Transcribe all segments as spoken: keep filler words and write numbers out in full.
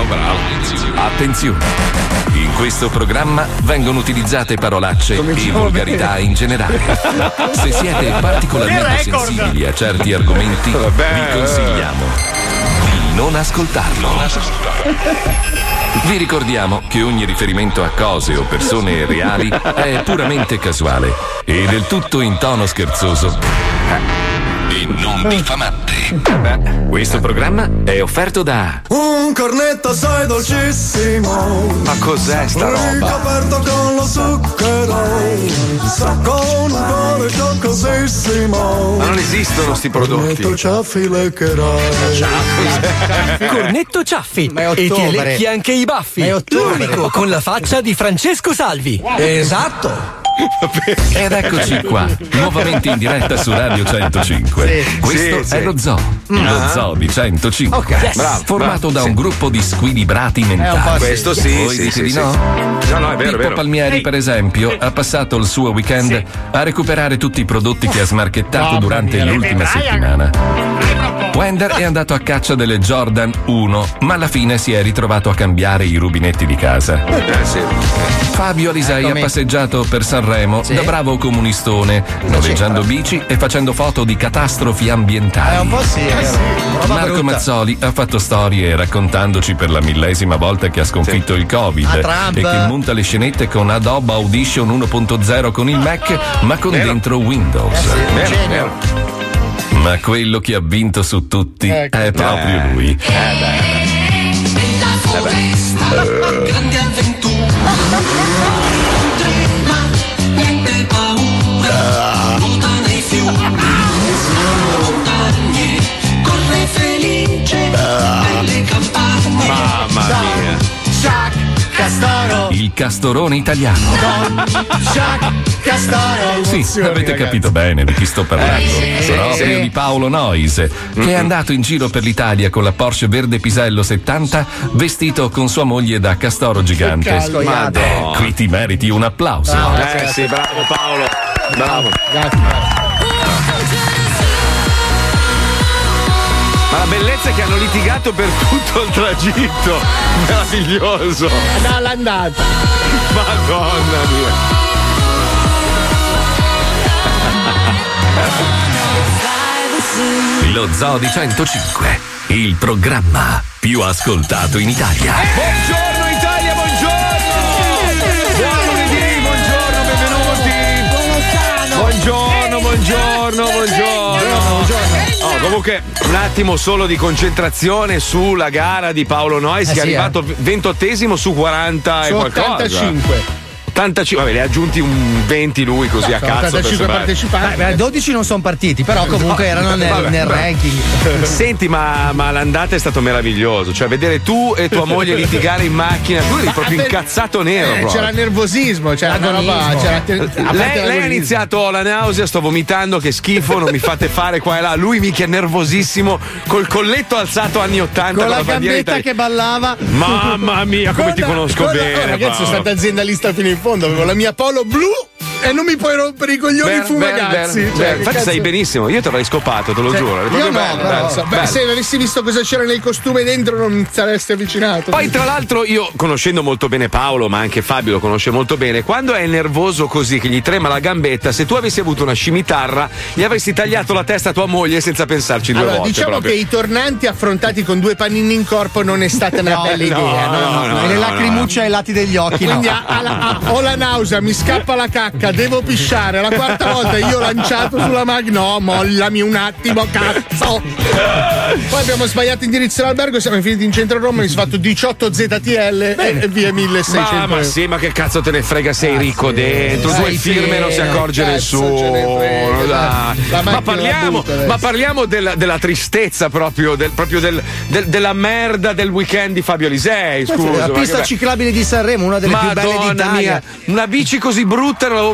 Attenzione! In questo programma vengono utilizzate parolacce e volgarità in generale. Se siete particolarmente sensibili a certi argomenti, vi consigliamo di non ascoltarlo. Vi ricordiamo che ogni riferimento a cose o persone reali è puramente casuale e del tutto in tono scherzoso e non diffamante. Questo programma è offerto da un cornetto assai dolcissimo. Ma cos'è sta roba? Ricoperto con lo zucchero, sa con un cuore cocosissimo. Ma non esistono sti prodotti. Cornetto Ciaffi leccherai. Cornetto Ciaffi. Ma è e ti ottobre. lecchi anche i baffi. Ma è ottobre. L'unico con la faccia di Francesco Salvi. Esatto. Ed eccoci qua, nuovamente in diretta su Radio centocinque. Sì. Questo Sì, è sì. lo Zoo, lo Zoo di centocinque. Ok. Yes. Bravo, Formato bravo, da sì. un gruppo di squilibrati mentali. Questo sì, Voi sì, dite sì, di sì. no? No, no, è vero, è Pippo vero. Palmieri, per esempio, ha passato il suo weekend a recuperare tutti i prodotti che ha smarchettato durante l'ultima settimana. Wender è andato a caccia delle Jordan uno, ma alla fine si è ritrovato a cambiare i rubinetti di casa. Eh, sì. Fabio Alisei Eccomi. ha passeggiato per Sanremo Sì. da bravo comunistone, noleggiando bici e facendo foto di catastrofi ambientali. È un po' sì, è vero. Roba Marco brutta. Mazzoli ha fatto storie raccontandoci per la millesima volta che ha sconfitto il Covid A Trump. e che monta le scenette con Adobe Audition uno punto zero con il Mac, ma con Vero. dentro Windows. Eh sì, un Vero, genio. vero. Ma quello che ha vinto su tutti Ecco. è proprio Eh. lui. Nella foresta, grande avventura, trema, niente paura, nuota nei fiumi, montagne, corre felice, nelle campagne. Mamma mia. Shaq Castoro. Il castorone italiano. Shaq Castoro. Sì, avete capito bene di chi sto parlando. sì, Proprio sì. di Paolo Noyes, che è andato in giro per l'Italia con la Porsche verde Pisello settanta, vestito con sua moglie da castoro gigante. Casco, Madonna. Eh, qui ti meriti un applauso. Eh sì, bravo Paolo. Bravo. Ma la bellezza è che hanno litigato per tutto il tragitto. Meraviglioso. Dall'andata. Madonna mia. Lo Zoo di centocinque, il programma più ascoltato in Italia. Buongiorno Italia, buongiorno! Buon lunedì, buongiorno, benvenuti! Buongiorno, buongiorno, buongiorno! Oh, comunque, un attimo solo di concentrazione sulla gara di Paolo Noyes, Eh che sì, è arrivato ventotesimo su quaranta e Su qualcosa. ottantacinque. ottantacinque, vabbè, le ha aggiunti un venti lui così a cazzo. per ottantacinque sembrare- partecipanti. Beh, dodici non sono partiti, però comunque No, erano nel, vabbè, nel vabbè. ranking. Senti, ma, ma l'andata è stato meraviglioso. Cioè, vedere tu e tua moglie litigare in macchina, tu eri proprio incazzato nero. Eh, proprio. c'era nervosismo, c'era una roba. Agonismo. C'era, a parte Lei, lei ha l'agonismo. iniziato "Ho la nausea, sto vomitando, che schifo, non mi fate fare qua e là". Lui mica nervosissimo, col colletto alzato anni ottanta con la bandiera gambetta italiana. che ballava. Mamma mia, come Con ti la- conosco con la- bene. oh, ragazzi, Paolo. sono stato aziendalista fino in fondo. Avevo la mia polo blu e non mi puoi rompere i coglioni Bene, fumagazzi. bene, Cioè, bene. che Infatti cazzo- stai benissimo, io ti avrei scopato, te lo Cioè, giuro. È io proprio no, bello, però, bello, beh, bello. se avessi visto cosa c'era nel costume dentro non saresti avvicinato. Poi tra l'altro io, conoscendo molto bene Paolo, ma anche Fabio lo conosce molto bene, quando è nervoso così che gli trema la gambetta, se tu avessi avuto una scimitarra gli avresti tagliato la testa a tua moglie senza pensarci due Allora, volte. diciamo proprio. che i tornanti affrontati con due panini in corpo non è stata una No, bella no, idea. no, no, no, e le no, lacrimucce ai lati degli occhi. Quindi no. a- alla- a- ho la nausea, mi scappa la cacca, devo pisciare. La quarta volta io ho lanciato sulla mag. No, mollami un attimo, cazzo. Poi abbiamo sbagliato indirizzo all'albergo, siamo finiti in centro a Roma, mi sono fatto diciotto Z T L e via milleseicento. Ma, ma sì, ma che cazzo te ne frega, sei ricco dentro, Sei due firme non si pieno, accorge cazzo nessuno. ce ne frega, dai. la macchina Ma parliamo, la butta adesso. ma parliamo della, della tristezza proprio, del, proprio del, del- della merda del weekend di Fabio Alisei. Scusa, La ma pista che be- ciclabile di Sanremo, una delle più belle Madonna d'Italia. mia, una bici così brutta non l'avevo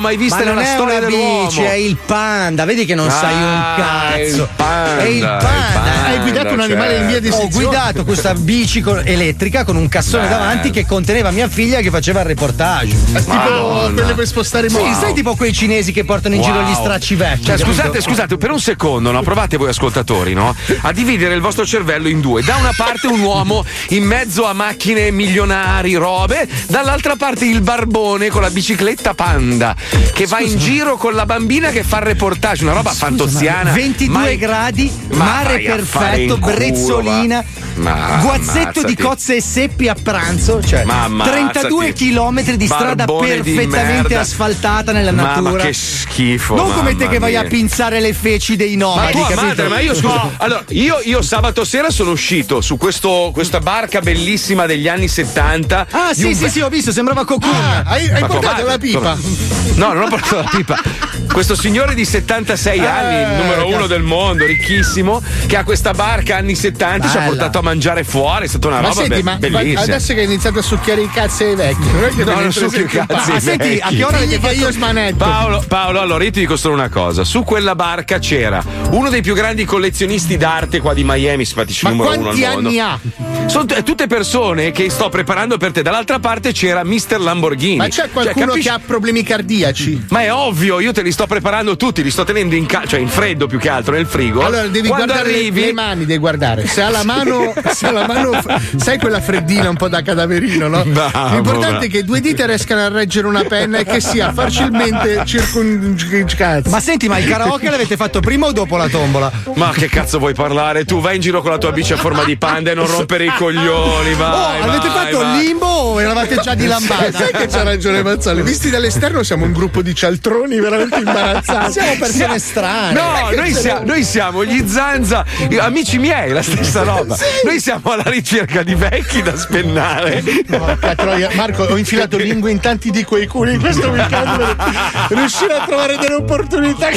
mai viste Ma non nella è storia una dell'uomo. bici, è il panda, vedi che non Ah, sai un cazzo. il panda, è il panda. Hai guidato un animale in via di Ho estinzione. guidato questa bici con- elettrica con un cassone Bello. davanti che conteneva mia figlia che faceva il reportage. È tipo Madonna. quelle per spostare i Sì, mobili. sai tipo quei cinesi che portano in giro Wow. gli stracci vecchi. Cioè, capito? scusate, scusate, per un secondo, no? Provate voi ascoltatori, no? A dividere il vostro cervello in due. Da una parte un uomo in mezzo a macchine milionari, robe, dall'altra parte il barbone con la bicicletta panda che va in giro con la bambina che fa il reportage, una roba fantoziana. ventidue Mai- gradi, Ma mare vai a fare in perfetto, culo, brezzolina, va. Ma guazzetto ammazzati. di cozze e seppi a pranzo, cioè Ma ammazzati. trentadue chilometri di strada Barbone di perfettamente merda. asfaltata nella Ma- natura. Ma che schifo. Non come te mamma che vai mia. a pinzare le feci dei Ma nomadi, tua capito? madre, ma io scusa. Allora, io, io sabato sera sono uscito su questo, questa barca bellissima degli anni settanta. Ah, di sì, un sì, be- sì, ho visto, sembrava Cocoon. Ah, hai, hai Ma tua portato madre, la pipa? No, non ho portato la pipa. Questo signore di settantasei Eh, anni, il numero uno cazzo. del mondo, ricchissimo, che ha questa barca anni settanta, ci ha Bella. portato a mangiare fuori, è stata una Ma roba senti, be- ma ma bellissima. adesso che hai iniziato a succhiare i cazzi ai vecchi, non è che No, te ne non presenti succhio i un cazzi po'. ai Ah, senti, a vecchi. che ora avete Digli che fatto? io smanetto. Paolo, Paolo, allora io ti dico solo una cosa: su quella barca c'era uno dei più grandi collezionisti d'arte qua di Miami, simpatici Ma numero uno al quanti mondo. anni ha? Sono t- tutte persone che sto preparando per te. Dall'altra parte c'era mister Lamborghini. Ma c'è qualcuno capisci- che ha problemi cardiaci? Ma è ovvio, io te li sto preparando tutti, li sto tenendo in ca- cioè in freddo più che altro nel frigo. Allora devi Quando guardare le- arrivi le mani, devi guardare. Se ha la mano, se ha la mano, sai quella freddina un po' da cadaverino, no? Bravo, L'importante bravo. è che due dita riescano a reggere una penna e che sia facilmente circuncato. Ma senti, ma il karaoke l'avete fatto prima o dopo la tombola? Ma che cazzo vuoi parlare? Tu vai in giro con la tua bici a forma di panda e non rompere i coglioni, vai. Oh, avete vai, fatto vai. il limbo o eravate già di lambada? Sai che c'ha ragione Mazzoli? Visti dall'esterno siamo un gruppo di cialtroni veramente imbarazzati. Siamo persone strane. No, noi, sia- noi siamo gli Zanza, amici miei, la stessa roba. Noi siamo alla ricerca di vecchi da spennare. Porca troia. Marco, ho infilato lingue in tanti di quei culi in questo weekend per riuscire a trovare delle opportunità.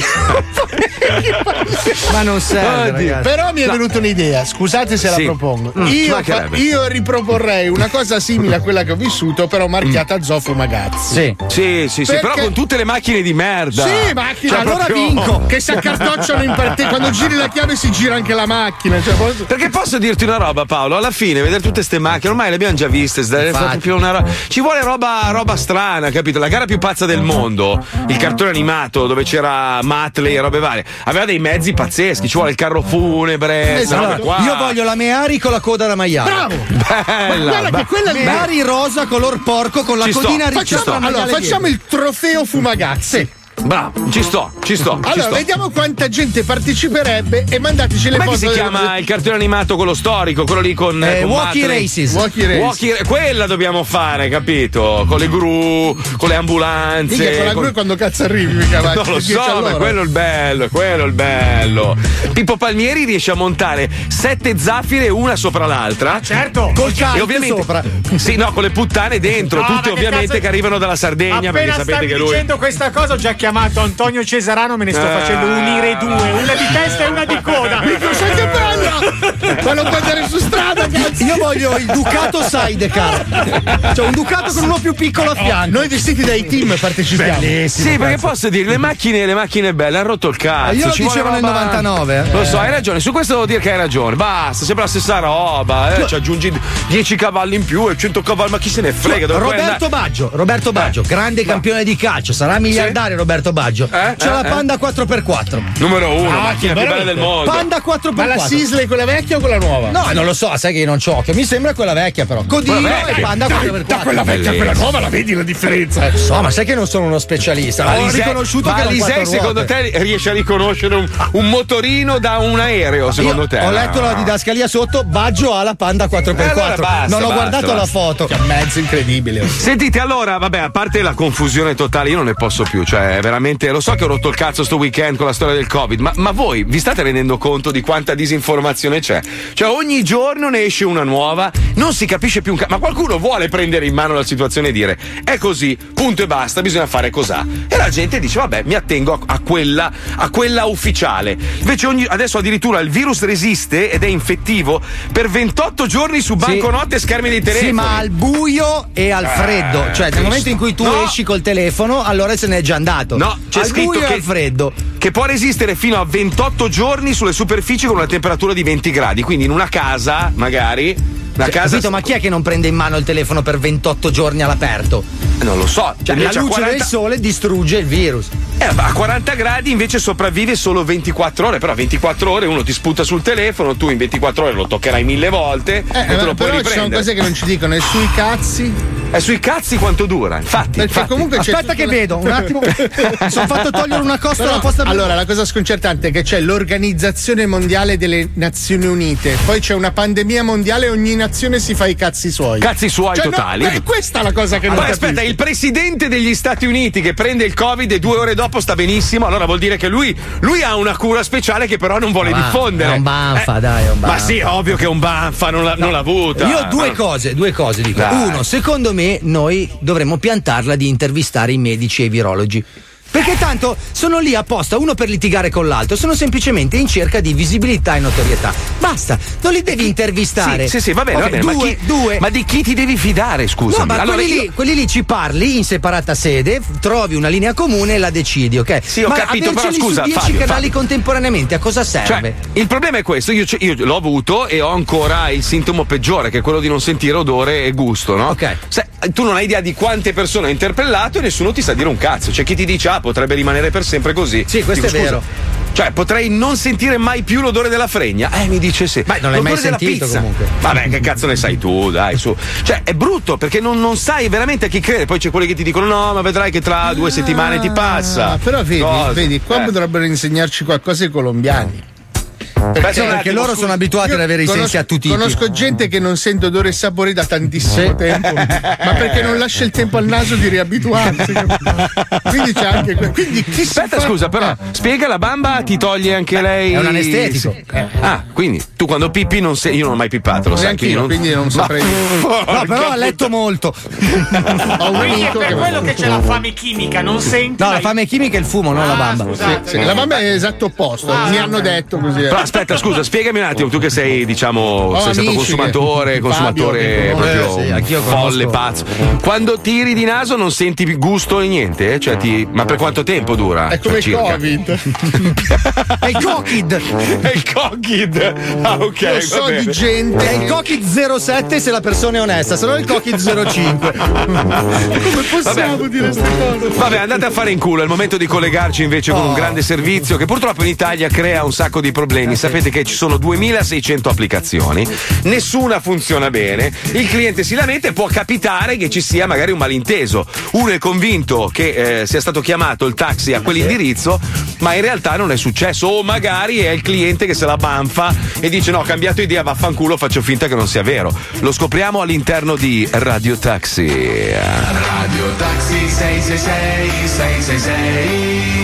Ma non serve, Oddio. ragazzi. Però mi è venuta un'idea, scusate se Sì. la propongo. Mm, ci io, fa- mancherebbe. io riproporrei una cosa simile a quella che ho vissuto, però marchiata Zoffo Magazzi. Sì. Sì, sì, sì, Perché- però con tutte le macchine di merda. Sì, macchina, Cioè, allora proprio- vinco. Che si accartocciano in parte. Quando giri la chiave si gira anche la macchina. Cioè, posso- Perché posso dirti una roba, Paolo? Alla fine, vedere tutte ste macchine, ormai le abbiamo già viste. deve fare proprio una ro- Ci vuole roba, roba strana, capito? La gara più pazza del mondo, il cartone animato dove c'era Matley e robe varie, aveva dei mezzi pazzeschi. Ci vuole il carro funebre. Esatto. robe qua. Io voglio la Meari con la coda da maiale. Bravo! Bella, Guarda ba- che quella lì. Meari rosa color porco con la Ci sto, codina ci ricciata sto. da Allora, maiale facciamo dietro. il trofeo Fumagazzi. Bravo, ci sto, ci sto. ci Allora, sto. vediamo quanta gente parteciperebbe e mandateci le Com'è foto. che si chiama il cartone animato, quello storico, quello lì con, Eh, con Walkie Matley? Races. Walkie Race. Walkie- quella dobbiamo fare, capito? Con le gru, con le ambulanze. Minchia, con la con- gru quando cazzo arrivi, mica vai. Non lo dieci so, ma all'ora. è quello il bello, è quello il bello. Pippo Palmieri riesce a montare sette zaffire una sopra l'altra. Certo. Col caldo E ovviamente sopra. Sì, no, con le puttane dentro, No, tutte ma che ovviamente cazzo- che arrivano dalla Sardegna, perché Appena sapete stavi che lui. dicendo questa cosa ho già chiamato Antonio Cesarano, me ne sto Eh, facendo unire due, una di testa e una di coda. Sai che bello! Ma non puoi andare su strada, cazzo! Io voglio il Ducato Sidecar. Cioè un Ducato con uno più piccolo a fianco. Noi vestiti dai team partecipiamo. Sì, perché posso dire, le macchine, le macchine belle hanno rotto il cazzo. Io lo ci vuole dicevo nel roba- novantanove, eh. Lo so, hai ragione, su questo devo dire che hai ragione. Basta, sembra la stessa roba, eh. Ci aggiungi dieci cavalli in più e cento cavalli, ma chi se ne frega? Dove puoi Roberto andare? Baggio, Roberto Baggio, grande campione di calcio, sarà miliardario Roberto Baggio. Eh? C'è Eh? la Eh? Panda quattro per quattro. Numero uno, Ah, macchina che più bella bello. del mondo. Panda quattro Ma per la quattro. Sisley, quella vecchia o quella nuova? No, non lo so, sai che io non c'occhio. Mi sembra quella vecchia, però. Codino Quella e vecchia. Panda quattro per quattro. quella vecchia a quella nuova la vedi la differenza? So, ma sai che non sono uno specialista. Ho Alisei- riconosciuto ma che erano Alisei, quattro secondo ruote. te riesce a riconoscere un, un motorino da un aereo, secondo Io te? ho letto la didascalia sotto, Baggio ha la Panda quattro per quattro. Eh, allora basta, non ho basta, guardato basta. la foto. Che mezzo incredibile. Sentite, allora, vabbè, a parte la confusione totale, io non ne posso più. Cioè, veramente, lo so che ho rotto il cazzo sto weekend con la storia del Covid, ma, ma voi vi state rendendo conto di quanta disinformazione l'informazione c'è. Cioè ogni giorno ne esce una nuova, non si capisce più un cazzo. Ma qualcuno vuole prendere in mano la situazione e dire è così, punto e basta, bisogna fare cos'ha. E la gente dice vabbè, mi attengo a, a quella a quella ufficiale. Invece ogni, adesso addirittura il virus resiste ed è infettivo per ventotto giorni su banconote e schermi dei telefoni. Sì, ma al buio e al freddo. Eh, cioè nel momento in cui tu no. esci col telefono, allora se ne è già andato. No, c'è al scritto buio che, e al freddo. Che può resistere fino a ventotto giorni sulle superfici con una temperatura di venti gradi. Quindi in una casa, magari. Una Cioè, casa. Capito, ma chi è che non prende in mano il telefono per ventotto giorni all'aperto? Non lo so. Cioè, la Invece a luce quaranta del sole distrugge il virus. Eh, a quaranta gradi invece sopravvive solo ventiquattro ore. Però ventiquattro ore uno ti sputa sul telefono, tu in ventiquattro ore lo toccherai mille volte Eh, e te lo puoi però ci sono riprendere. cose che non ci dicono, è sui cazzi. È sui cazzi quanto dura, infatti. Perché infatti. comunque c'è Aspetta tutta che la- vedo, un attimo. Mi sono fatto togliere una costa Però, alla posta. allora, la cosa sconcertante è che c'è l'Organizzazione Mondiale delle Nazioni Unite, poi c'è una pandemia mondiale e ogni nazione si fa i cazzi suoi. Cazzi suoi Cioè, no, totali. è questa la cosa che non Allora, capisco. aspetta, il presidente degli Stati Uniti che prende il Covid e due ore dopo sta benissimo, allora vuol dire che lui, lui ha una cura speciale che però non vuole Ma diffondere. è un banfa, Eh, dai, è un banfa. Ma sì, ovvio che è un banfa, non l'ha, non l'ha avuta. Io ho due Ma- cose, due cose dico. Dai. Uno, secondo me noi dovremmo piantarla di intervistare i medici e i virologi. Perché tanto sono lì apposta, uno per litigare con l'altro, sono semplicemente in cerca di visibilità e notorietà. Basta, non li devi intervistare. Sì, sì, sì, va bene, Ok, va bene. Due, ma, chi, due. ma di chi ti devi fidare, scusami? No, ma allora quelli, io- lì, quelli lì ci parli in separata sede, trovi una linea comune e la decidi, ok? Sì, ho ma capito, però averceli scusa, su dieci Fabio, canali Fabio. contemporaneamente a cosa serve? Cioè, il problema è questo, io, io l'ho avuto e ho ancora il sintomo peggiore, che è quello di non sentire odore e gusto, no? Ok. Se, tu non hai idea di quante persone ho interpellato e nessuno ti sa dire un cazzo. C'è chi ti dice, ah, potrebbe rimanere per sempre così. Sì, questo Dico, è scusa, vero. Cioè, potrei non sentire mai più l'odore della fregna. Eh, mi dice sì. Beh, non l'hai mai L'odore della sentito, pizza. comunque. Vabbè, che cazzo ne sai tu, dai, su. Cioè, è brutto perché non, non sai veramente a chi credere. Poi c'è quelli che ti dicono, no, ma vedrai che tra due settimane ti passa. Ah, però vedi, Cosa? vedi, qua Eh. potrebbero insegnarci qualcosa i colombiani. Perché, Perché, perché loro sono abituati ad avere i sensi conosco, attutiti. conosco gente che non sente odore e sapori da tantissimo Sì. tempo, ma perché non lascia il tempo al naso di riabituarsi. Quindi c'è anche que- quindi chi si Aspetta, fa- scusa, però, Eh. spiega la bamba, ti toglie anche lei. È un anestetico. Sì. Ah, quindi tu quando pippi non sei. Io non ho mai pippato, lo sai. Neanch'io, quindi non saprei dire. No, però ha letto molto. Ho un Quindi è amico per che quello che c'è la fame chimica, non senti. No, ma- la fame chimica è il fumo, non la Ah, bamba. scusate. Sì, la mamma è esatto opposto, Ah, mi ok. hanno detto così. eh. Però aspetta, scusa, spiegami un attimo, tu che sei, diciamo, Ho sei stato amici consumatore, che- consumatore Fabio, che proprio conosco. Eh, sì, anch'io folle, conosco. pazzo. Quando tiri di naso non senti più gusto e niente? eh? Cioè, ti... Ma per quanto tempo dura? È come Cioè, il circa? Covid. È il Covid. È il Covid. Ah, ok. Io va so bene. di gente È il Covid zero sette se la persona è onesta, se no è il Covid zero cinque. come possiamo Vabbè. dire queste cose? Vabbè, andate a fare in culo, è il momento di collegarci invece con un grande servizio che purtroppo in Italia crea un sacco di problemi. Sapete che ci sono duemilaseicento applicazioni, nessuna funziona bene, il cliente si lamenta e può capitare che ci sia magari un malinteso. Uno è convinto che eh, sia stato chiamato il taxi a quell'indirizzo, ma in realtà non è successo. O magari è il cliente che se la banfa e dice no, ho cambiato idea, vaffanculo, faccio finta che non sia vero. Lo scopriamo all'interno di Radio Taxi. Radio Taxi sei sei sei sei sei sei.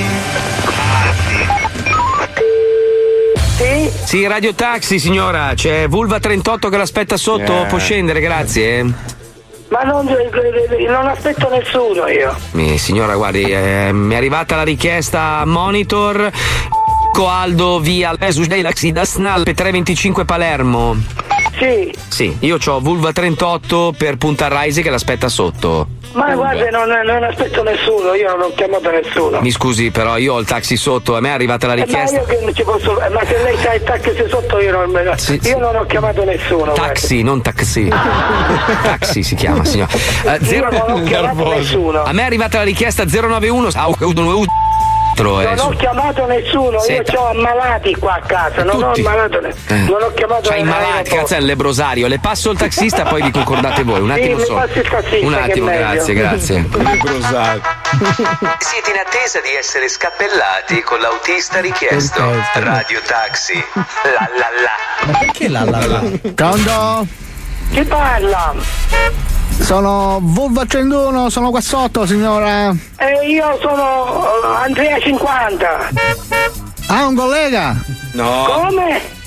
Sì, Sì, Radio Taxi, signora, c'è Vulva trentotto che l'aspetta sotto, può scendere, grazie. ma non, non aspetto nessuno io. Mi, signora, guardi, eh, mi è arrivata la richiesta a Monitor Coaldo via Xidas trecentoventicinque Palermo. Sì, Sì, io ho Vulva trentotto per Punta Raisi che l'aspetta sotto. ma guarda, non, non aspetto nessuno, io non ho chiamato nessuno. Mi scusi, però io ho il taxi sotto, a me è arrivata la Eh, ma richiesta. io che non ci posso. eh, Ma se lei sa il taxi sotto, io non, me- Sì, io sì. non ho chiamato nessuno. Taxi, non taxi. Taxi si chiama, signora. Eh, Io zero- non ho chiamato nessuno. A me è arrivata la richiesta zero novantuno. Ah, Non eh, ho su- chiamato nessuno, Senta. io ho ammalati qua a casa, non Tutti. ho ammalato ne- Eh. non ho chiamato C'hai i malati, l'aeroporto. cazzo è il lebrosario. Le passo il taxista, poi vi concordate voi. Un Sì, attimo mi solo. passi il taxista, Un che è attimo, meglio. grazie, grazie. Lebrosario. Siete in attesa di essere scappellati con l'autista richiesto. Radio Taxi. La la la. Ma perché la la la? Pronto? Chi parla? Sono Vulva trentuno, sono qua sotto, signora. Eh, io sono eh, Andrea cinquanta. Ah, un collega? No. Come?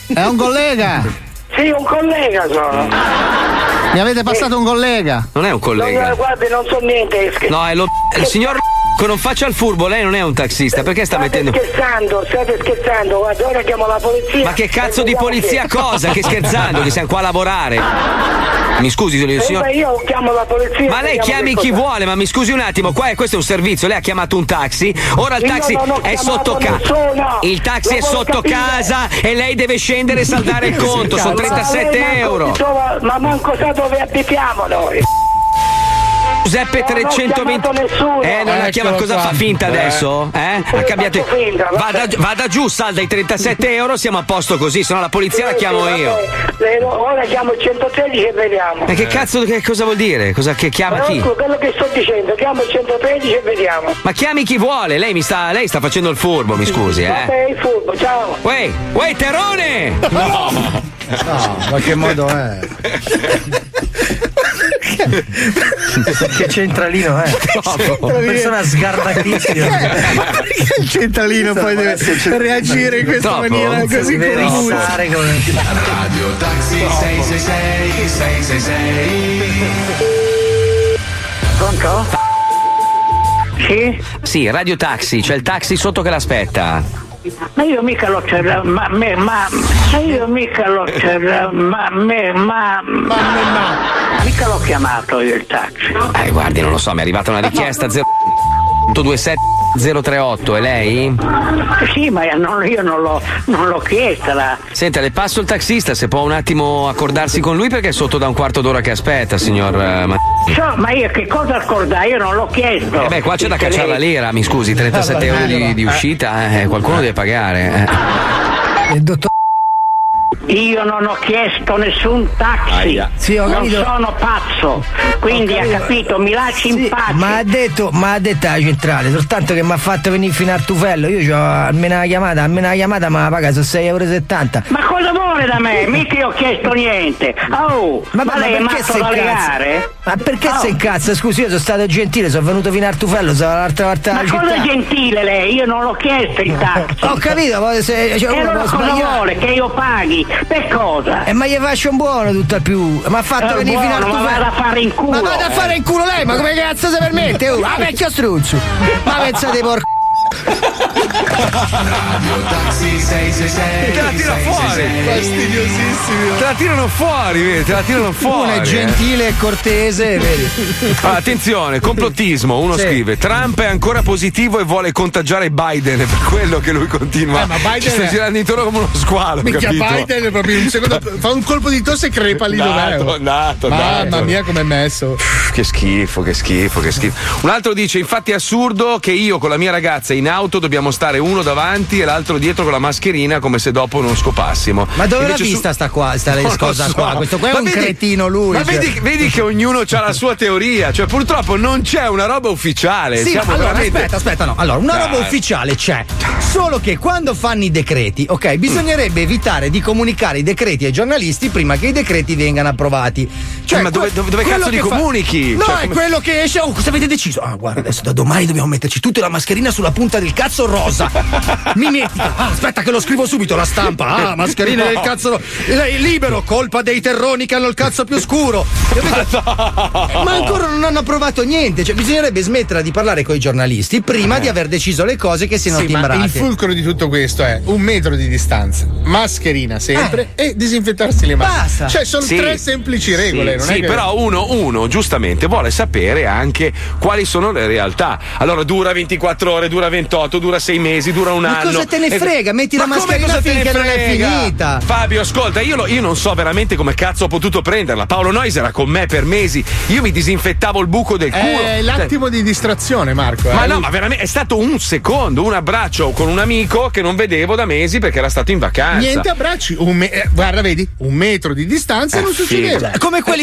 È un collega? Sì, un collega sono. Mi avete passato un collega? Non è un collega. No, guardi, non so niente. No, è lo. Il signor. Non faccia il furbo, lei non è un taxista, perché sta state mettendo. State scherzando, state scherzando, guarda, ora chiamo la polizia. Ma che cazzo di polizia che... cosa? Che scherzando, che siamo qua a lavorare. Mi scusi, eh, signor. Io chiamo la polizia. Ma lei chiami chi vuole, ma mi scusi un attimo, qua è, questo è un servizio, lei ha chiamato un taxi, ora il taxi è sotto casa. Il taxi è sotto casa e lei deve scendere e saldare il conto, sono trentasette euro. Trova, ma manco sa dove abitiamo noi. Giuseppe trecentoventi. Eh, non la chiama, cosa fa? Finta adesso? Eh? Ha cambiato. Vada, vada giù, salda i trentasette euro, siamo a posto così, se no la polizia la chiamo io. Ora chiamo il centotredici e vediamo. Ma che cazzo, che cosa vuol dire? Cosa che chiama chi? Quello che sto dicendo, chiamo il centotredici e vediamo. Ma chiami chi vuole, lei mi sta. Lei sta facendo il furbo, mi scusi, eh. Vabbè, il furbo, ciao. Uè, uè, Terone! No! No, ma che modo è? Che centralino è? Una persona sgarbatissima. Perché il centralino poi deve reagire in questa Troppo. maniera così confusa? Radio Taxi sei sei sei sei sei sei. Pronto? Sì? Sì, Radio Taxi, c'è il taxi sotto che l'aspetta. Ma io mica l'ho cercato, ma me, ma, ma io mica l'ho cercato, ma me, ma, ma, ma, mica l'ho chiamato io il taxi. Eh, guardi, non lo so, mi è arrivata una richiesta zero due sette zero tre otto, è lei? Sì, ma non, io non l'ho, non l'ho chiesta. La... Senta, le passo il taxista, se può un attimo accordarsi con lui perché è sotto da un quarto d'ora che aspetta, signor. Uh, so, ma io che cosa accordai? Io non l'ho chiesto. Eh beh, qua c'è da cacciare la lira, mi scusi, trentasette euro di, di uscita, eh, qualcuno deve pagare. Eh. Il dottor. Io non ho chiesto nessun taxi. Sì, ho non capito. sono pazzo, quindi ha capito, mi lasci Sì, in pace. ma ha detto, ma ha detto la centrale, soltanto che mi ha fatto venire fino al tufello. Io ho almeno la chiamata, almeno la chiamata ma la paga sono sei euro e settanta. Ma cosa vuole da me? Mica io ho chiesto niente. Oh, ma, ma lei è matto da legare? Ma perché oh. sei incazza? Scusi, io sono stato gentile, sono venuto fino al tufello, sono dall'altra parte ma della città. Ma cosa gentile lei? Io non l'ho chiesto il taxi. Ho capito, poi se cioè, e uno allora può cosa sbagliare. vuole? Che io paghi? Per cosa? E eh, ma gli faccio un buono tutto al più. Mi ha fatto eh, venire buono, fino al tufello. Ma vada a fare in culo. Ma vada a fare in culo lei, ma come cazzo si permette? Oh, ah, vecchio struzzo. Ma pensate porco. Radio Taxi sei sei sei. Te la tira fuori. Fastidiosissimo. Te la tirano fuori, vedi? Te la tirano fuori. Uno è gentile e cortese, vedi? Allora, attenzione, complottismo. Uno sì. scrive: Trump è ancora positivo e vuole contagiare Biden. È per quello che lui continua. Eh, ma Biden ci sta è... girando intorno come uno squalo. Minchia, capito? Biden è proprio un secondo. Fa un colpo di tosse e crepa lì dov'è. Nato, nato, Mamma nato. mia, com'è messo. Che schifo, che schifo, che schifo. Un altro dice: infatti è assurdo che io con la mia ragazza in auto dobbiamo stare uno davanti e l'altro dietro con la mascherina come se dopo non scopassimo. Ma dove l'ha Invece vista su... sta qua, sta Non cosa lo so. qua? Questo qua è Ma un vedi, cretino lui. Ma cioè. vedi, vedi che ognuno ha la sua teoria, cioè purtroppo non c'è una roba ufficiale. Sì, Siamo allora veramente... aspetta, aspetta, no. Allora, una roba Dai. ufficiale c'è. Solo che quando fanno i decreti, ok, bisognerebbe evitare di comunicare i decreti ai giornalisti prima che i decreti vengano approvati. Cioè, Eh, ma dove- dove- dove quello cazzo li che fa- comunichi? No, Cioè, è come- quello che esce. Oh, cosa avete deciso? Ah, guarda, adesso da domani dobbiamo metterci tutte la mascherina sulla punta del cazzo rosa. Mimetica. Ah, aspetta che lo scrivo subito, la stampa. Ah, mascherine No. del cazzo ro- eh, libero, colpa dei terroni che hanno il cazzo più scuro. Capito? Ma ancora non hanno approvato niente. Cioè, bisognerebbe smettere di parlare con i giornalisti prima di aver deciso le cose che siano Sì, ma timbrate. il fulcro di tutto questo è un metro di distanza, mascherina sempre e disinfettarsi le mani. Basta. Cioè, sono Sì. tre semplici regole. Sì, non sì, è che... però uno, uno giustamente vuole sapere anche quali sono le realtà. Allora dura ventiquattro ore, dura ventotto, dura sei mesi, dura un Ma anno. cosa te ne E- frega? Metti Ma la come mascherina cosa te ne finché non è frega? finita. Fabio, ascolta, io, lo- io non so veramente come cazzo ho potuto prenderla. Paolo Noyes era con me per mesi. Io mi disinfettavo il buco del culo. È l'attimo di distrazione, Marco. Ma eh. no, ma veramente è stato un secondo, un abbraccio con un amico che non vedevo da mesi perché era stato in vacanza. Niente abbracci, un me- eh, guarda, vedi, un metro di distanza Eh, non succedeva. Cioè, come quelli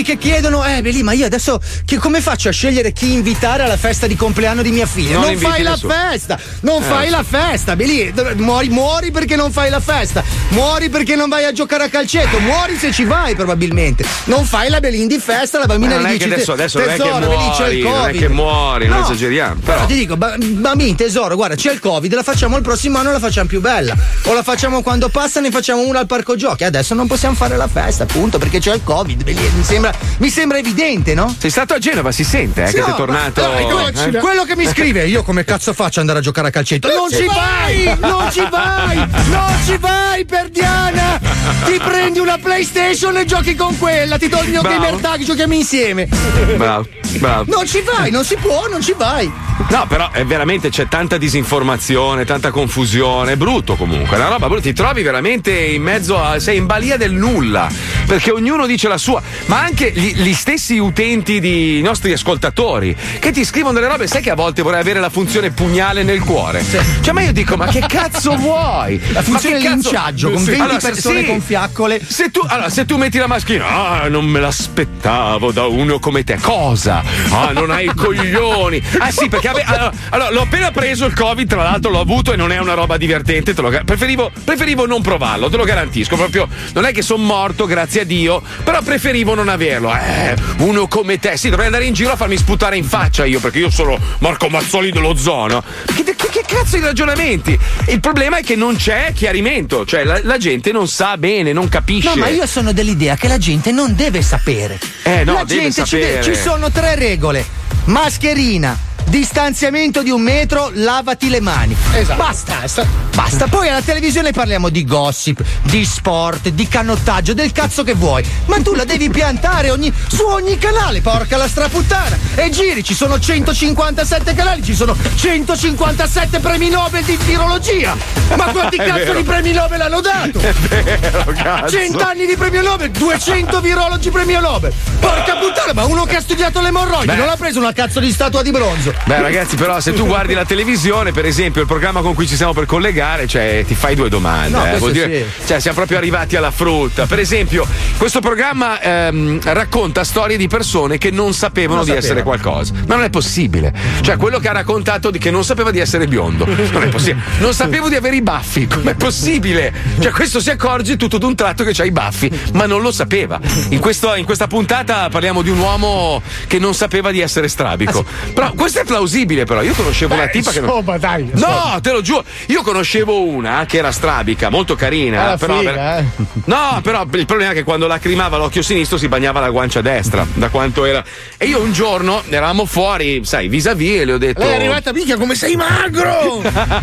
che chiedono, eh, beh, lì, ma io adesso che, come faccio a scegliere chi invitare alla festa di compleanno di mia figlia? Non Non, fai la nessuno. festa, non Eh, fai sì. la festa, beh, lì, dov- muori, muori perché non fai la festa, muori perché non vai a giocare a calcetto, muori se ci vai probabilmente. Non fai la Belin di festa, la bambina Ma non gli è che dice adesso, adesso non è che tesoro, beh, lì c'è muori, il non è Covid. che muori, non No. esageriamo. Però Però ti dico, ba- bambini, tesoro, guarda, c'è il Covid, la facciamo il prossimo anno, la facciamo più bella. O la facciamo quando passa, ne facciamo una al parco giochi. Adesso non possiamo fare la festa, appunto, perché c'è il Covid. Beh, lì, Mi sembra, mi sembra evidente, no? sei stato a Genova, si sente eh, Sì, che no, sei tornato. ma- no, eh? quello che mi scrive, io come cazzo faccio ad andare a giocare a calcetto? Non ci vai! Non ci vai! Non ci vai, perdiana! Ti prendi una PlayStation e giochi con quella, ti do il mio Bravo. gamer tag, giochiamo insieme. Bravo, bravo. Non ci vai, non si può, non ci vai. No, però è veramente c'è tanta disinformazione, tanta confusione, è brutto comunque, è una roba brutta, ti trovi veramente in mezzo a sei in balia del nulla, perché ognuno dice la sua, ma anche gli, gli stessi utenti di i nostri ascoltatori che ti scrivono delle robe, sai che a volte vorrei avere la funzione pugnale nel cuore. Cioè, ma io dico, ma che cazzo vuoi? La funzione Ma che cazzo- linciaggio con Sì. venti Allora, persone sì. con fiaccole. Se tu, allora, se tu metti la maschera, ah, non me l'aspettavo da uno come te. Cosa? Ah, non hai i coglioni. Ah, sì, perché ave- allora, allora, l'ho appena preso il Covid, tra l'altro l'ho avuto e non è una roba divertente. Te lo, gar- preferivo, preferivo non provarlo, te lo garantisco. Proprio non è che sono morto, grazie a Dio, però preferivo non averlo. Eh, uno come te. Sì, dovrei andare in giro a farmi sputare in faccia io, perché io sono Marco Mazzoli dello Zono. Che, che, che cazzo di ragionamenti? Il problema è che non c'è chiarimento, cioè la, la gente non sa bene, non capisce. No, ma io sono dell'idea che la gente non deve sapere. Eh, no, la deve gente ci, sapere. ci sono tre regole: mascherina, distanziamento di un metro, lavati le mani. Esatto. Basta, basta. Poi alla televisione parliamo di gossip, di sport, di canottaggio, del cazzo che vuoi. Ma tu la devi piantare ogni, su ogni canale, porca la straputtana. E giri, ci sono centocinquantasette canali, ci sono centocinquantasette premi Nobel di virologia. Ma quanti È cazzo vero. di premi Nobel hanno dato? È vero, cazzo. Cent'anni di premio Nobel, duecento virologi premio Nobel. Porca puttana, ma uno che ha studiato le emorroidi Beh. non ha preso una cazzo di statua di bronzo. Beh, ragazzi, però, se tu guardi la televisione, per esempio, il programma con cui ci stiamo per collegare, cioè, ti fai due domande. No, eh. questo Vuol dire, cioè, siamo proprio arrivati alla frutta. Per esempio, questo programma ehm, racconta storie di persone che non sapevano Non di sapevano. essere qualcosa. Ma non è possibile. Cioè, quello che ha raccontato di che non sapeva di essere biondo. Non è possibile. Non sapevo di avere i baffi. Com'è possibile? Cioè, questo si accorge tutto d'un tratto che c'ha i baffi, ma non lo sapeva. In, questo- in questa puntata parliamo di un uomo che non sapeva di essere strabico. Però questo è plausibile, però. Io conoscevo una tipa che non. Insomma, dai. No, te lo giuro. Io conoscevo una che era strabica, molto carina. Alla però figa, eh. No, però il problema è che quando lacrimava l'occhio sinistro si bagnava la guancia destra, da quanto era. E io un giorno eravamo fuori, sai, vis-à-vis e le ho detto. Lei è arrivata, minchia, come sei magro!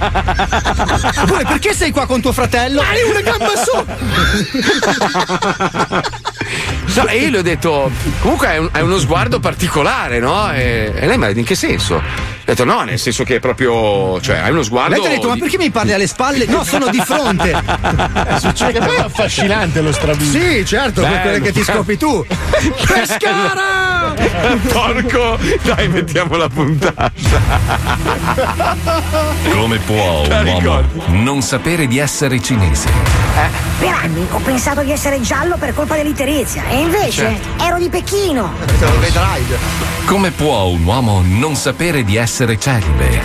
Pure perché sei qua con tuo fratello? Hai una gamba su! No, e io le ho detto, comunque è, un- è uno sguardo particolare, no? E, e lei mi ha detto, in che senso? Ho detto, no, nel senso che è proprio, cioè, hai uno sguardo. Lei ti ha detto, ma di- perché mi parli alle spalle? No, sono di fronte. Succede che poi è affascinante lo strabismo. Sì, certo, per Bello. quelle che ti scopri tu. Pescara! Porco, dai, mettiamo la puntata. Come può un La uomo ricordo. non sapere di essere cinese? Per anni ho pensato di essere giallo per colpa dell'itterizia e invece Certo. ero di Pechino. Lo vedrai. Come può un uomo non sapere di essere celibe?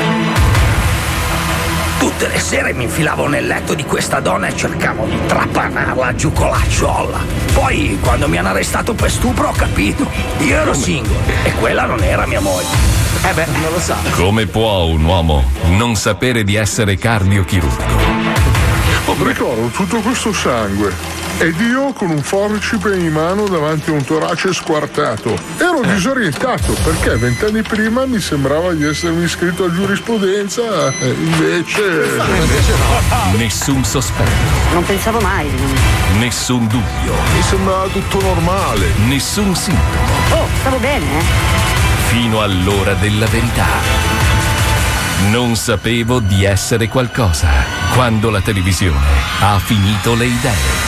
Tutte le sere mi infilavo nel letto di questa donna e cercavo di trapanarla giù con la ciolla. Poi, quando mi hanno arrestato per stupro, ho capito. Io ero single e quella non era mia moglie. Eh beh, non lo sa. Come può un uomo non sapere di essere cardiochirurgo? Ricordo tutto questo sangue ed io con un forcipe in mano davanti a un torace squartato. Ero disorientato perché vent'anni prima mi sembrava di essermi iscritto a giurisprudenza e invece... Nessun sospetto, Non pensavo mai. nessun dubbio, Mi sembrava tutto normale. nessun sintomo, Oh, stavo bene, eh? fino all'ora della verità. Non sapevo di essere qualcosa quando la televisione ha finito le idee.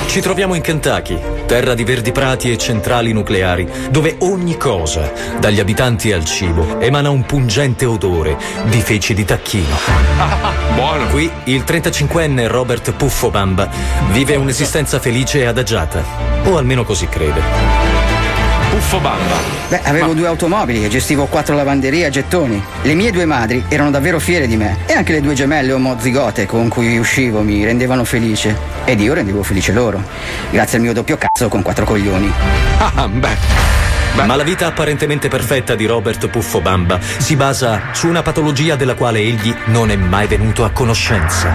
Ci troviamo in Kentucky, terra di verdi prati e centrali nucleari, dove ogni cosa, dagli abitanti al cibo, emana un pungente odore di feci di tacchino. Buono. Qui il trentacinquenne Robert Puffo Bamba vive un'esistenza felice e adagiata, o almeno così crede. Puffo Bamba. Beh, avevo Ma... due automobili e gestivo quattro lavanderie a gettoni. Le mie due madri erano davvero fiere di me e anche le due gemelle omozigote con cui uscivo mi rendevano felice ed io rendevo felice loro, grazie al mio doppio cazzo con quattro coglioni. Ah, beh. Beh. Ma la vita apparentemente perfetta di Robert Puffo Bamba si basa su una patologia della quale egli non è mai venuto a conoscenza.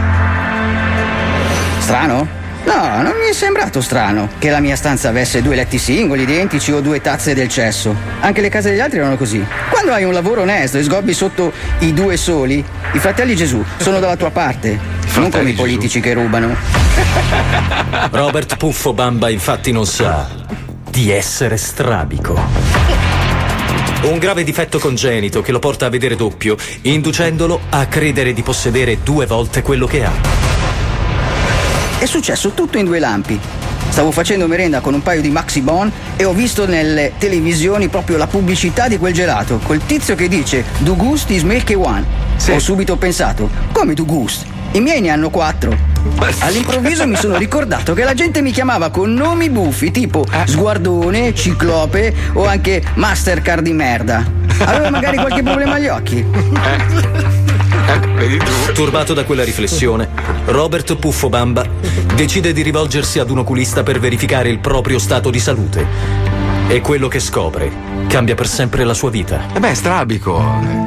Strano? No, non mi è sembrato strano che la mia stanza avesse due letti singoli, identici o due tazze del cesso. Anche le case degli altri erano così. Quando hai un lavoro onesto e sgobbi sotto i due soli, i fratelli Gesù sono dalla tua parte, non come i politici che rubano. Robert Puffo Bamba infatti non sa di essere strabico. Un grave difetto congenito che lo porta a vedere doppio, inducendolo a credere di possedere due volte quello che ha. È successo tutto in due lampi. Stavo facendo merenda con un paio di Maxi Bon e ho visto nelle televisioni proprio la pubblicità di quel gelato, col tizio che dice "Du Gust is Milky One". Sì. Ho subito pensato, come Du Gust? I miei ne hanno quattro. All'improvviso mi sono ricordato che la gente mi chiamava con nomi buffi tipo Sguardone, Ciclope o anche Mastercard di merda. Aveva magari qualche problema agli occhi. Turbato da quella riflessione, Robert Puffo Bamba decide di rivolgersi ad un oculista per verificare il proprio stato di salute. E quello che scopre cambia per sempre la sua vita. E beh, strabico.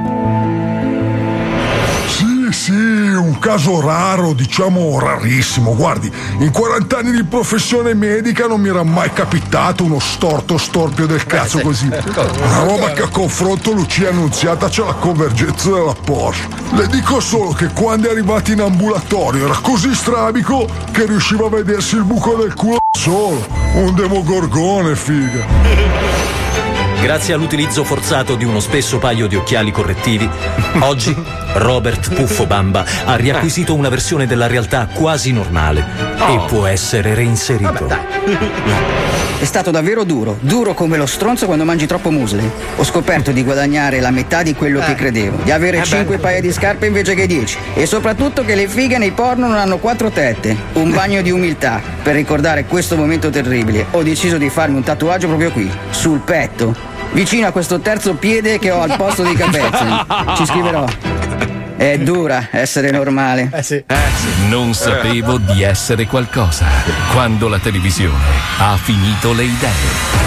Sì, sì, un caso raro, diciamo rarissimo. Guardi, in quaranta anni di professione medica non mi era mai capitato uno storto storpio del cazzo così. Una roba che a confronto Lucia Annunziata c'è la convergenza della Porsche. Le dico solo che quando è arrivato in ambulatorio era così strabico che riusciva a vedersi il buco del culo solo. Un demogorgone, figa. Grazie all'utilizzo forzato di uno spesso paio di occhiali correttivi, oggi Robert Puffo Bamba ha riacquisito una versione della realtà quasi normale oh. e può essere reinserito. È stato davvero duro, duro come lo stronzo quando mangi troppo muesli. Ho scoperto di guadagnare la metà di quello eh. che credevo, di avere eh cinque paia di scarpe invece che dieci e soprattutto che le fighe nei porno non hanno quattro tette. Un bagno di umiltà per ricordare questo momento terribile. Ho deciso di farmi un tatuaggio proprio qui, sul petto, vicino a questo terzo piede che ho al posto dei capezzoli. Ci scriverò. È dura essere normale. Eh sì. Eh sì. Non sapevo di essere qualcosa quando la televisione ha finito le idee.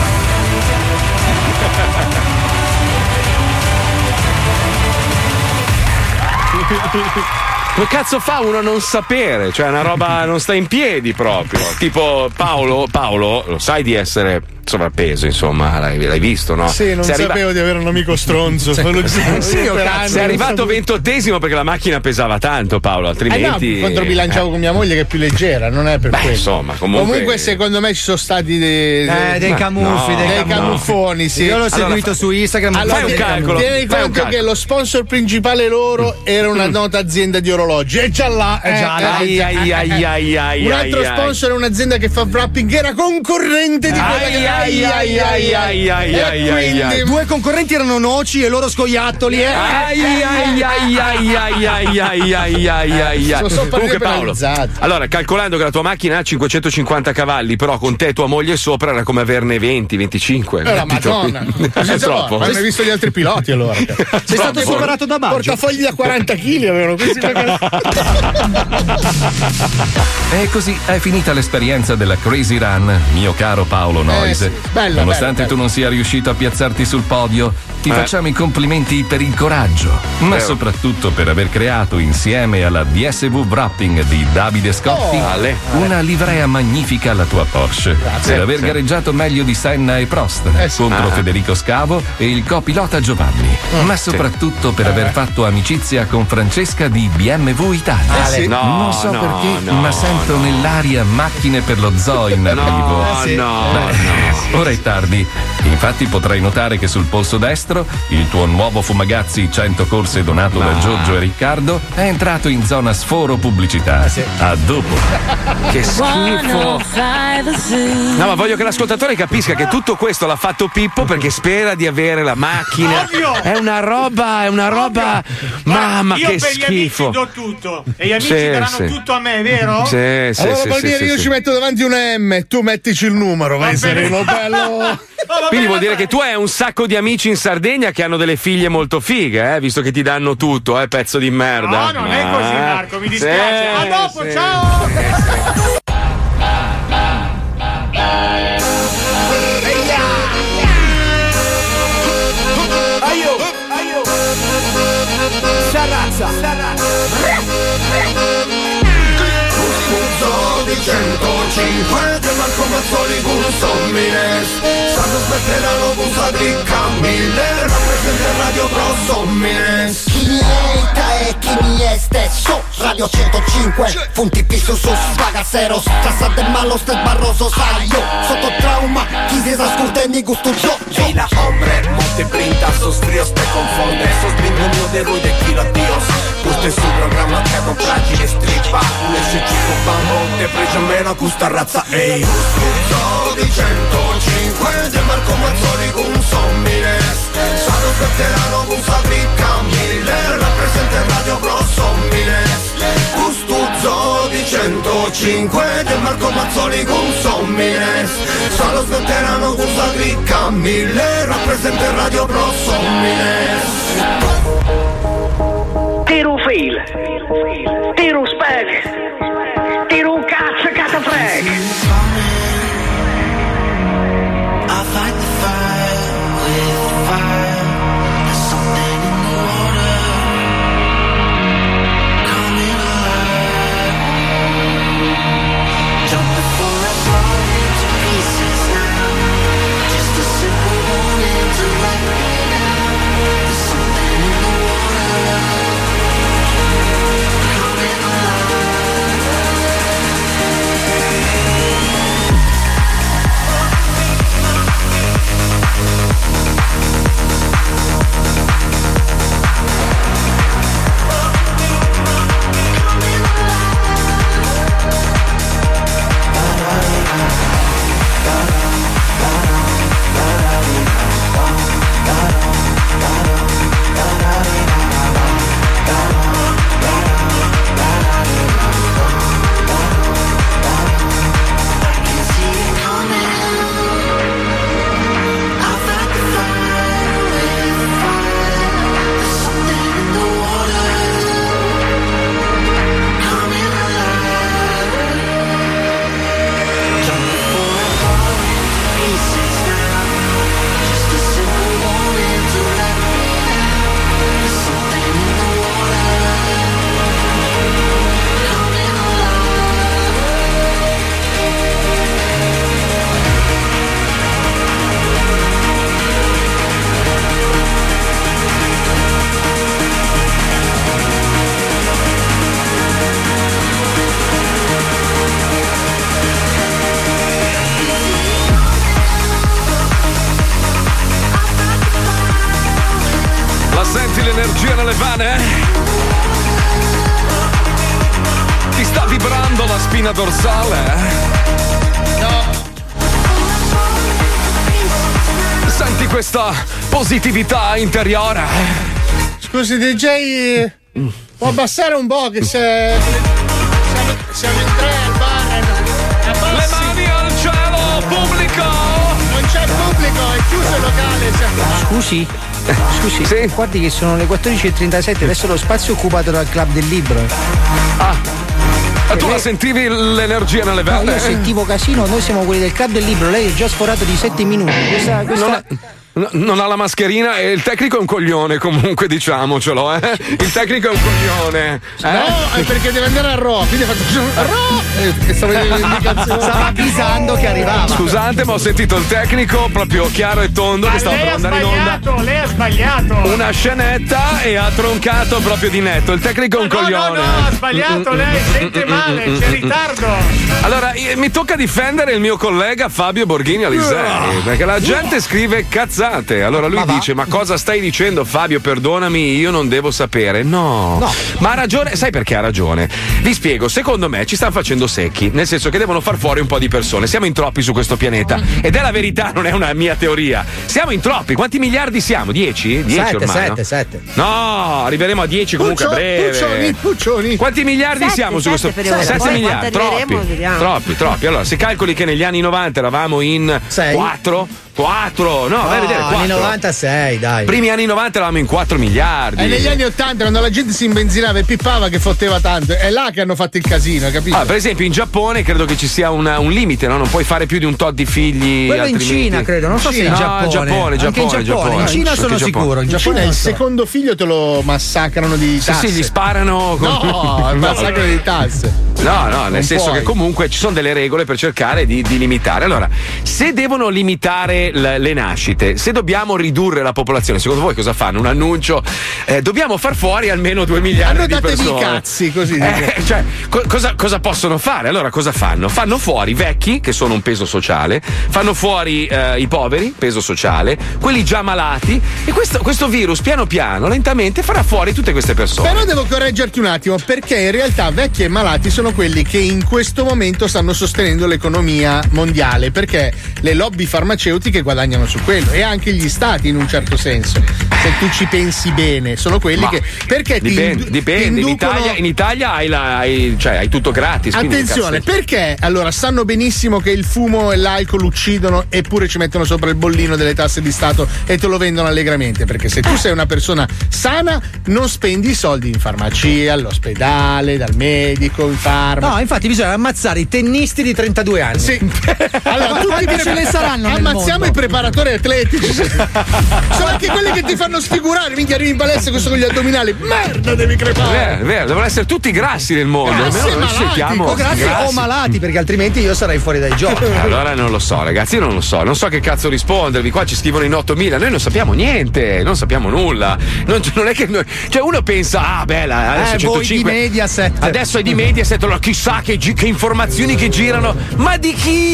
Come cazzo fa uno a non sapere? Cioè una roba non sta in piedi proprio. Tipo Paolo, Paolo, lo sai di essere sovrappeso, insomma, l'hai, l'hai visto, no? Sì, non sei sapevo arriva... di avere un amico stronzo. Sì, lo sì, sì, per anni, sei arrivato ventottesimo perché la macchina pesava tanto, Paolo, altrimenti. Eh no, controbilanciavo eh. con mia moglie che è più leggera, non è per Beh, quello. Insomma, comunque. Comunque, secondo me ci sono stati dei, dei, eh, dei camuffi, no, dei, dei camuffoni, no. Sì. Io l'ho allora, seguito su Instagram. Allora, fai un calcolo. Tieni conto che lo sponsor principale loro era una nota azienda di orologi. È già là, è già là. Ai, ai, ai, ai, ai, un altro ai, sponsor è un'azienda che fa wrapping, che era concorrente di quella ai, che ai, ai, ai. Ai, ai, ai, ai, ai, ai. Due concorrenti erano Noci e loro scoiattoli. Eh. Ai, ai, ai, ai, ai, ai, ai, ai, ai, ai, ai. Comunque Paolo, allora calcolando che la tua macchina ha cinquecentocinquanta cavalli, però con te e tua moglie sopra era come averne venti venticinque. Eh, la Madonna. È troppo. Ma hai visto gli altri piloti allora? Sei stato superato da Baggio. Portafogli da quaranta chili avevano questi. E così è finita l'esperienza della Crazy Run, mio caro Paolo Noise. Eh, sì. Bello, Nonostante bello, tu bello. non sia riuscito a piazzarti sul podio, ti eh. facciamo i complimenti per il coraggio, ma Vero. soprattutto per aver creato insieme alla D S V Wrapping di Davide Scotti oh, ale, ale. una livrea magnifica alla tua Porsche. Grazie. Per aver sì. gareggiato meglio di Senna e Prost eh, sì. contro ah. Federico Scavo e il copilota Giovanni, mm, ma soprattutto sì. per aver fatto amicizia con Francesca di B M W Italia. Eh, sì. no, non so no, perché, no, ma sento no. nell'aria macchine per lo zoo in arrivo. No, Beh, no, no. ora è tardi. Infatti potrai notare che sul polso destro il tuo nuovo Fumagazzi cento corse donato da Giorgio e Riccardo è entrato in zona sforo pubblicità. Ah, sì. A dopo. Che schifo. No, ma voglio che l'ascoltatore capisca che tutto questo l'ha fatto Pippo perché spera di avere la macchina. Ovvio. È una roba, è una roba. Mamma, io che per schifo. Gli amici do tutto. E gli amici Sì, daranno sì. tutto a me, vero? Sì, sì, allora sì, vuol sì, dire sì, io sì. ci metto davanti un M, tu mettici il numero, vai sereno, bello. Quindi vuol dire che tu hai un sacco di amici in Sardegna che hanno delle figlie molto fighe, eh, visto che ti danno tutto, eh, pezzo di merda. No, non è così, Eh. Marco, mi dispiace. Sì, A dopo, sì. ciao! Aio, aio. Sarrazza. Scuso di centocinque che Marco Mazzoli con Sommines sanno smetteranno con Sagricca mille rappresenta Radio Pro Sommines Chi è e chi mi è stesso Radio centocinque punti piso su Spagaceros Casa del malo usted barroso sai yo Sotto trauma chi se ascolta ni gusto yo Y la hombre multiplinta sus tríos te confunde Sos bingo de Rui de Kilo Dios Usted su programma che con fragile strippa Le se ci bambo te prigioniera questa razza ehi Scuso di centocinque De Marco Mazzoli con Sommines Sono veterano con Sagricca mille Rappresenta Radio Pro Sommines Custuzzo di centocinque De Marco Mazzoli con Sommines Sono veterano con Sagricca mille Rappresenta Radio Pro Sommines Tiro un fil, tiro un spec, tiro un cazzo che te frega. I fight the fire with fire. There's something in the water coming alive. Jumping for a ball into pieces now. Just a simple warning to let me down. There's something in the water coming alive. La senti l'energia nelle vene? Ti sta vibrando la spina dorsale? No. Senti questa positività interiore? Scusi D J, può abbassare un po' che se siamo, siamo in tre al bar. Abbassi. Le mani al cielo, pubblico! Non c'è pubblico, è chiuso il locale. Siamo... Scusi? Scusi, sì? Guardi che sono le quattordici e trentasette, adesso lo spazio è occupato dal club del libro. Ah, e tu la sentivi l'energia nelle vene? No, io sentivo casino, noi siamo quelli del club del libro, lei è già sforato di sette minuti. Questa, questa... Non, No, non ha la mascherina e il tecnico è un coglione, comunque diciamocelo, eh. Il tecnico è un coglione. Eh? No, è perché deve andare a Ro, quindi ha fatto Ro e stavo vedendo l'indicazione. Stava avvisando che arrivava. Scusate, ma ho sentito il tecnico proprio chiaro e tondo Ma che stava lei per ha andare in onda. sbagliato, lei ha sbagliato. Una scenetta e ha troncato proprio di netto. Il tecnico è un no, coglione. No, no, ha sbagliato, lei sente male, c'è ritardo. Allora, io- mi tocca difendere il mio collega Fabio Borghini Alisei, perché la gente scrive cazzate. Allora lui Ma va. dice: ma cosa stai dicendo, Fabio? Perdonami, io non devo sapere. No, No. ma ha ragione. Sai perché ha ragione? Vi spiego. Secondo me ci stanno facendo secchi, nel senso che devono far fuori un po' di persone. Siamo in troppi su questo pianeta ed è la verità, non è una mia teoria. Siamo in troppi. Quanti miliardi siamo? Dieci? Dieci Sette, ormai, sette, no? sette. No, arriveremo a dieci comunque Puccio- a breve. Puccioni, Puccioni. Quanti miliardi Sette, siamo su sette questo? per ora. Sette Poi miliardi, quando arriveremo, troppi, vediamo. troppi, troppi. Allora, si calcoli che negli anni novanta eravamo in Sei. quattro, quattro, no, vai a vedere, anni quattro. novantasei, dai. Primi anni novanta eravamo in quattro miliardi. E negli anni ottanta, quando la gente si imbenzinava e pippava che fotteva tanto, è là che hanno fatto il casino, capito? Ah, per esempio in Giappone credo che ci sia una- un limite, no? Non puoi fare più di un tot di figli. Quello in altrimenti- Cina, credo, non so se in No, Giappone. Giappone, Anche in Giappone, Giappone. In Cina Anche sono Giappone. sicuro. In In Giappone Cina non il so. secondo figlio te lo massacrano di Sì, tasse. sì, gli sparano con... No, il massacro di tasse. No, no, nel Non senso puoi. che comunque ci sono delle regole per cercare di, di limitare. Allora, se devono limitare l- le nascite, se dobbiamo ridurre la popolazione, secondo voi cosa fanno? Un annuncio? Eh, dobbiamo far fuori almeno due miliardi Hanno di datevi i persone. cazzi, così. Eh, cioè, co- cosa, cosa possono fare? Allora, cosa fanno? Fanno fuori i vecchi, che sono un peso sociale, fanno fuori eh, i poveri, peso sociale, quelli già malati, e questo, questo virus, piano piano, lentamente, farà fuori tutte queste persone. Però devo correggerti un attimo, perché in realtà vecchi e malati sono quelli che in questo momento stanno sostenendo l'economia mondiale, perché le lobby farmaceutiche guadagnano su quello e anche gli stati in un certo senso. Se tu ci pensi bene, sono quelli Ma che perché ti dipende, indu- dipende. ti In, inducono- Italia, in Italia hai, la, hai, cioè, hai tutto gratis. quindi Attenzione, cazzo- perché allora sanno benissimo che il fumo e l'alcol uccidono eppure ci mettono sopra il bollino delle tasse di Stato e te lo vendono allegramente? Perché se tu sei una persona sana non spendi i soldi in farmacia, all'ospedale, dal medico, in farmacia. No, infatti bisogna ammazzare i tennisti di trentadue anni. Sì. Allora, tutti Quanti ce ne saranno nel ammazziamo mondo? i preparatori atletici. Sono anche quelli che ti fanno sfigurare. Minchia, arrivi in palestra questo con gli addominali. Merda, devi È crepare. vero, è vero, devono essere tutti grassi nel mondo. Grassi Almeno e noi malati, sentiamo O grassi grassi. o malati, perché altrimenti io sarei fuori dai giochi. Allora non lo so, ragazzi, io non lo so, non so che cazzo rispondervi. Qua ci scrivono in ottomila, noi non sappiamo niente, non sappiamo nulla. Non, non è che noi, cioè uno pensa, ah bella, adesso Eh, voi di centocinque. Mediaset. Adesso è di Mediaset, allora chissà che, gi- che informazioni che girano. Ma di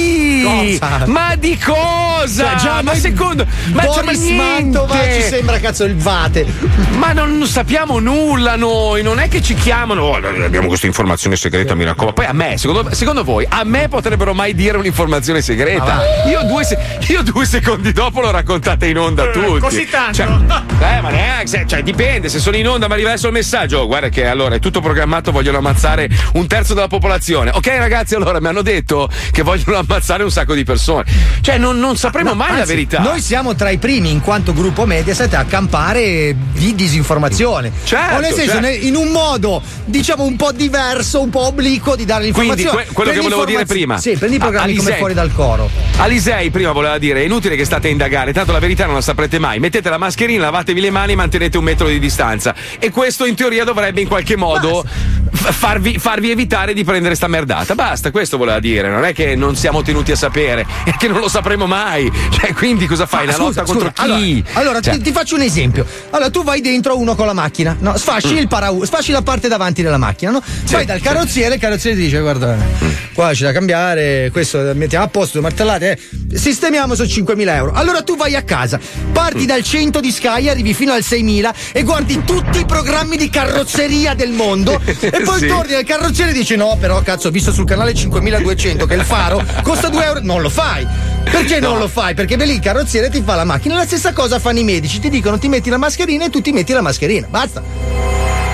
chi? Cosa? Ma di cosa? Cioè, già ma noi- secondo ma, cioè, ma Boris niente. Mantova ci sembra cazzo il Vate. Ma non sappiamo nulla noi, non è che ci chiamano. Oh, abbiamo questa informazione segreta, mi raccomando. Poi a me, secondo, secondo voi, a me potrebbero mai dire un'informazione segreta? Io due, se- io due secondi dopo l'ho raccontata in onda a tutti. Così tanto? Cioè, eh, ma neanche, se- cioè, dipende, se sono in onda mi arriva adesso il messaggio. Oh, guarda che allora è tutto programmato, vogliono ammazzare un terzo della popolazione. Ok, ragazzi, allora mi hanno detto che vogliono ammazzare un sacco di persone. Cioè, non, non sapremo No, mai la anzi, verità. Noi siamo tra i primi, in quanto gruppo Mediaset, a campare di disinformazione. Certo, o nel senso, certo. ne- in un modo, diciamo, un po' diverso, un po' obliquo di dare l'informazione. Quindi, que- quello che Prendi volevo dire informazi- prima. Sì, prendi i programmi Ah, come Alisei. fuori dal coro. Alisei prima voleva dire: è inutile che state a indagare, tanto la verità non la saprete mai. Mettete la mascherina, lavatevi le mani, mantenete un metro di distanza. E questo in teoria dovrebbe in qualche modo f- farvi, farvi evitare di prendere sta merdata. Basta, questo voleva dire. Non è che non siamo tenuti a sapere, è che non lo sapremo mai. Cioè, quindi cosa fai? Ma La scusa, lotta contro scusa, chi? Allora, allora Cioè, ti, ti faccio un esempio. Allora, tu vai dentro uno con la macchina, no? Sfasci Mm. il paraurti, sfasci la parte davanti della macchina, no? Vai dal carrozziere, il carrozziere ti dice: guarda, qua c'è da cambiare, questo mettiamo a posto, due martellate, eh. Sistemiamo su cinquemila euro. Allora tu vai a casa, parti Mm. dal cento di Sky, arrivi fino al seimila e guardi tutti i programmi di carrozzeria del mondo e poi Sì. torni al carrozziere e dici: no, però cazzo, ho visto sul canale cinquemiladuecento che il faro costa due euro. Non lo fai. Perché non lo fai? Perché beh, lì il carrozziere ti fa la macchina. La stessa cosa fanno i medici, ti dicono ti metti la mascherina e tu ti metti la mascherina. Basta.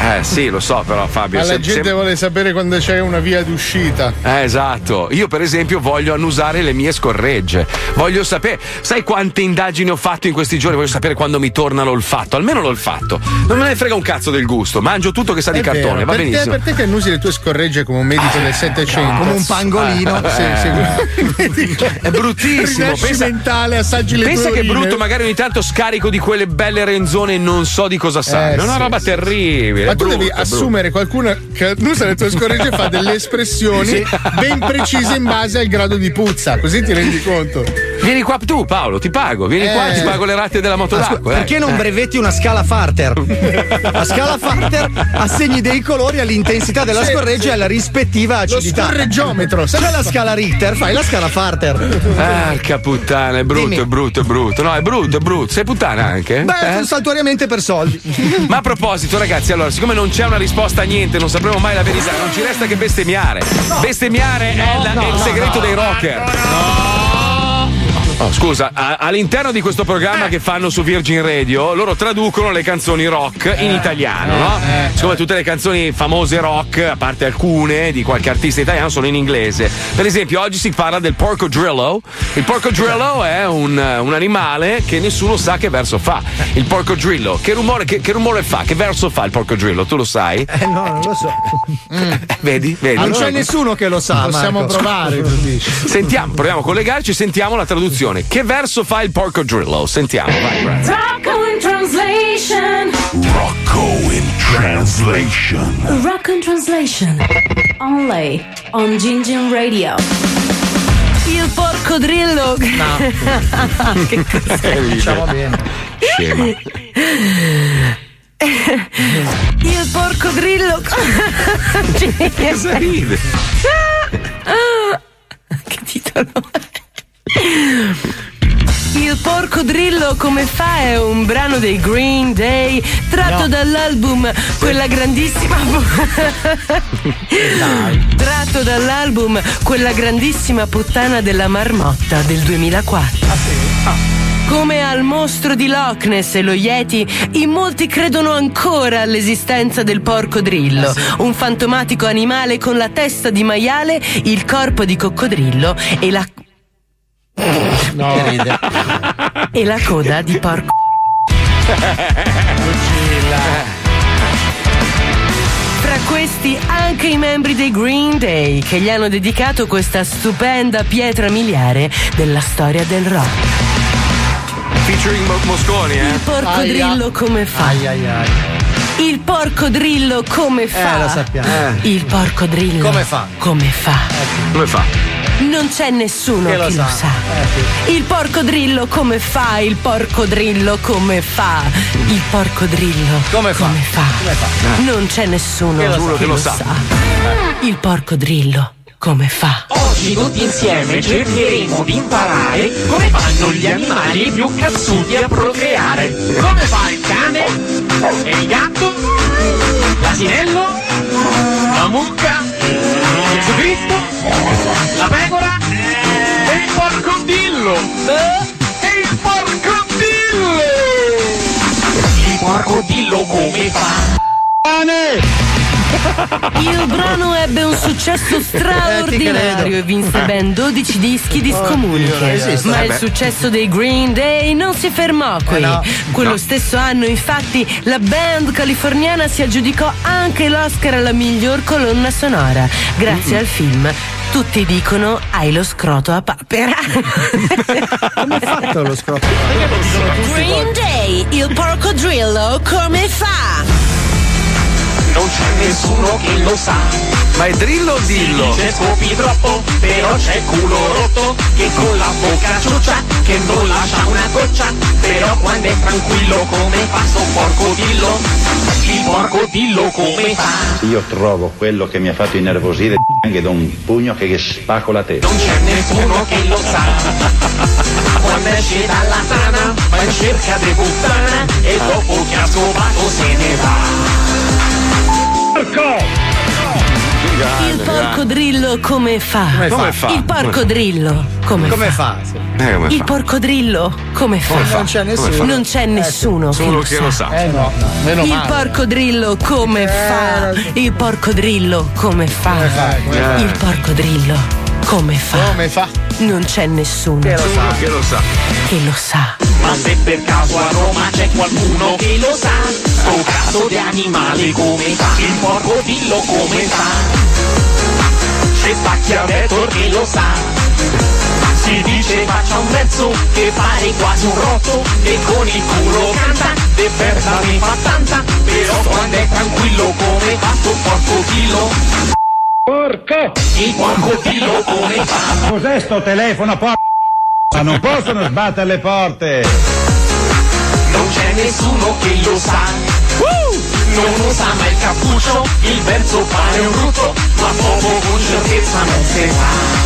Eh sì, lo so, però Fabio. Ma la se, gente se... vuole sapere quando c'è una via d'uscita. Eh, esatto. Io, per esempio, voglio annusare le mie scorregge. Voglio sapere. Sai quante indagini ho fatto in questi giorni? Voglio sapere quando mi torna l'olfatto. Almeno l'olfatto. Non me ne frega un cazzo del gusto. Mangio tutto che sa di È cartone. vero, Va per benissimo. Te, per te che annusi le tue scorregge come un medico del Settecento, come un pangolino. Eh, Sì, sì. È bruttissimo. Pensa, Rinascimentale, assaggi le pensa tue che è urine. brutto, magari ogni tanto scarico di quelle belle renzone e non so di cosa sa. Eh, è una sì, roba sì, terribile. Ma è tu brutto, devi è brutto. assumere qualcuno che annusa le tue scorregge e fa delle espressioni Sì. ben precise in base al grado di puzza, così ti rendi conto. Vieni qua tu, Paolo, ti pago. Vieni Eh. qua e ti pago le rate della moto Ascol- d'acqua. perché eh. non Eh. brevetti una scala Farter? La scala Farter assegni dei colori all'intensità della Sì, scorreggia sì. e alla rispettiva Lo acidità. scorreggiometro. C'è la scala Richter, fai la scala Farter. Porca puttana, è brutto, Dimmi. è brutto, è brutto. No, è brutto, è brutto. Sei puttana anche? Beh, Eh? saltuariamente per soldi. Ma a proposito, ragazzi, allora, siccome non c'è una risposta a niente, non sapremo mai la verità, non ci resta che bestemmiare. Bestemmiare è, la- no, è il no, segreto no, dei rocker. Oh, scusa, a- all'interno di questo programma che fanno su Virgin Radio, loro traducono le canzoni rock in italiano, no? Siccome tutte le canzoni famose rock, a parte alcune di qualche artista italiano, sono in inglese. Per esempio, oggi si parla del porcodrillo. Il porcodrillo è un, un animale che nessuno sa che verso fa. Il porcodrillo, che rumore, che, che rumore fa? Che verso fa il porcodrillo? Tu lo sai? Eh no, non lo so. Vedi? Vedi? Non c'è nessuno che lo sa. Possiamo Marco. provare, tu dici. Sentiamo, proviamo a collegarci, sentiamo la traduzione. Che verso fa il porcodrillo? Sentiamo, vai, grazie. Rocco in translation. Rocco in translation. Rocco in translation. Only on Gingin Radio. Il porcodrillo. No. Che cos'è? Diciamo bene. Scema. Il porcodrillo. Cosa ride? Che titolo è? Il porcodrillo come fa è un brano dei Green Day tratto No. dall'album Quella grandissima tratto dall'album Quella grandissima puttana della marmotta del duemilaquattro. Come al mostro di Loch Ness e lo Yeti, in molti credono ancora all'esistenza del porcodrillo, un fantomatico animale con la testa di maiale, il corpo di coccodrillo e la No. e la coda di porco. Tra questi anche i membri dei Green Day che gli hanno dedicato questa stupenda pietra miliare della storia del rock. Featuring Mo- Mosconi, eh? Il porcodrillo Aia. come fa? Ai ai ai. Il porcodrillo come fa? Eh, lo sappiamo. Eh. Il porcodrillo Come fa? Come fa? Come fa? Non c'è nessuno Che che lo lo sa. sa. Eh, Il porcodrillo come fa? Il porcodrillo come fa? Il porcodrillo Come fa? Come fa? Come fa? Non c'è nessuno Che lo sa. che, Che lo lo sa. sa. Il porcodrillo come fa? Oggi tutti insieme cercheremo di imparare come fanno gli animali più cazzuti a procreare. Come fa il cane? E il gatto? L'asinello? La mucca? Gesù Cristo? La pecora? E il porcodillo? E il porcodillo? Il porcodillo come fa? Il brano ebbe un successo straordinario e vinse ben dodici dischi di scomuniche. esiste. Ma Eh il beh. successo dei Green Day non si fermò qui. Eh no. Quello No. stesso anno, infatti, la band californiana si aggiudicò anche l'Oscar alla miglior colonna sonora, grazie al film Tutti dicono hai lo scroto a papera. Come hai fatto lo scrotto? Green Day, il porcodrillo come fa? Non c'è nessuno che lo sa. Ma è drillo o dillo? Dice scopi troppo, però c'è culo rotto che con la bocca ciuccia, che non lascia una goccia, però quando è tranquillo come fa sto porcodillo? Il porcodillo come fa? Io trovo quello che mi ha fatto innervosire anche da un pugno che, che spacco la testa. Non c'è nessuno che lo sa. Quando esce dalla tana va in cerca di puttana e dopo che ha scopato se ne va. Il porcodrillo come fa? Come Come fa? Il porcodrillo come, Come fa? fa? Sì. Eh, come Il fa? porcodrillo come fa? Come fa? Non c'è Come nessuno. fa? Non c'è nessuno Solo che, che lo lo sa. sa. Eh no, no, meno Il male. porcodrillo come fa? Il porcodrillo come fa? Come fa? Come fa? Il porcodrillo come fa? Come fa? Non c'è nessuno Che lo sa. Che lo sa. che lo sa. Ma se per caso a Roma c'è qualcuno che lo sa, sto cazzo di animale come fa? Il porcodrillo come fa? C'è Pacchiavetto che lo sa. Si dice faccia un verso che pare quasi un rotto e con il culo canta, de persa ne fa tanta, però quando è tranquillo come fa sto porcodrillo? Porco! Il porcodrillo come fa? Cos'è sto telefono, porco? Ma non possono sbattere le porte! Non c'è nessuno che lo sa. Uh! Non usa mai il cappuccio, il verso pare un rutto, ma poco con certezza non si sa.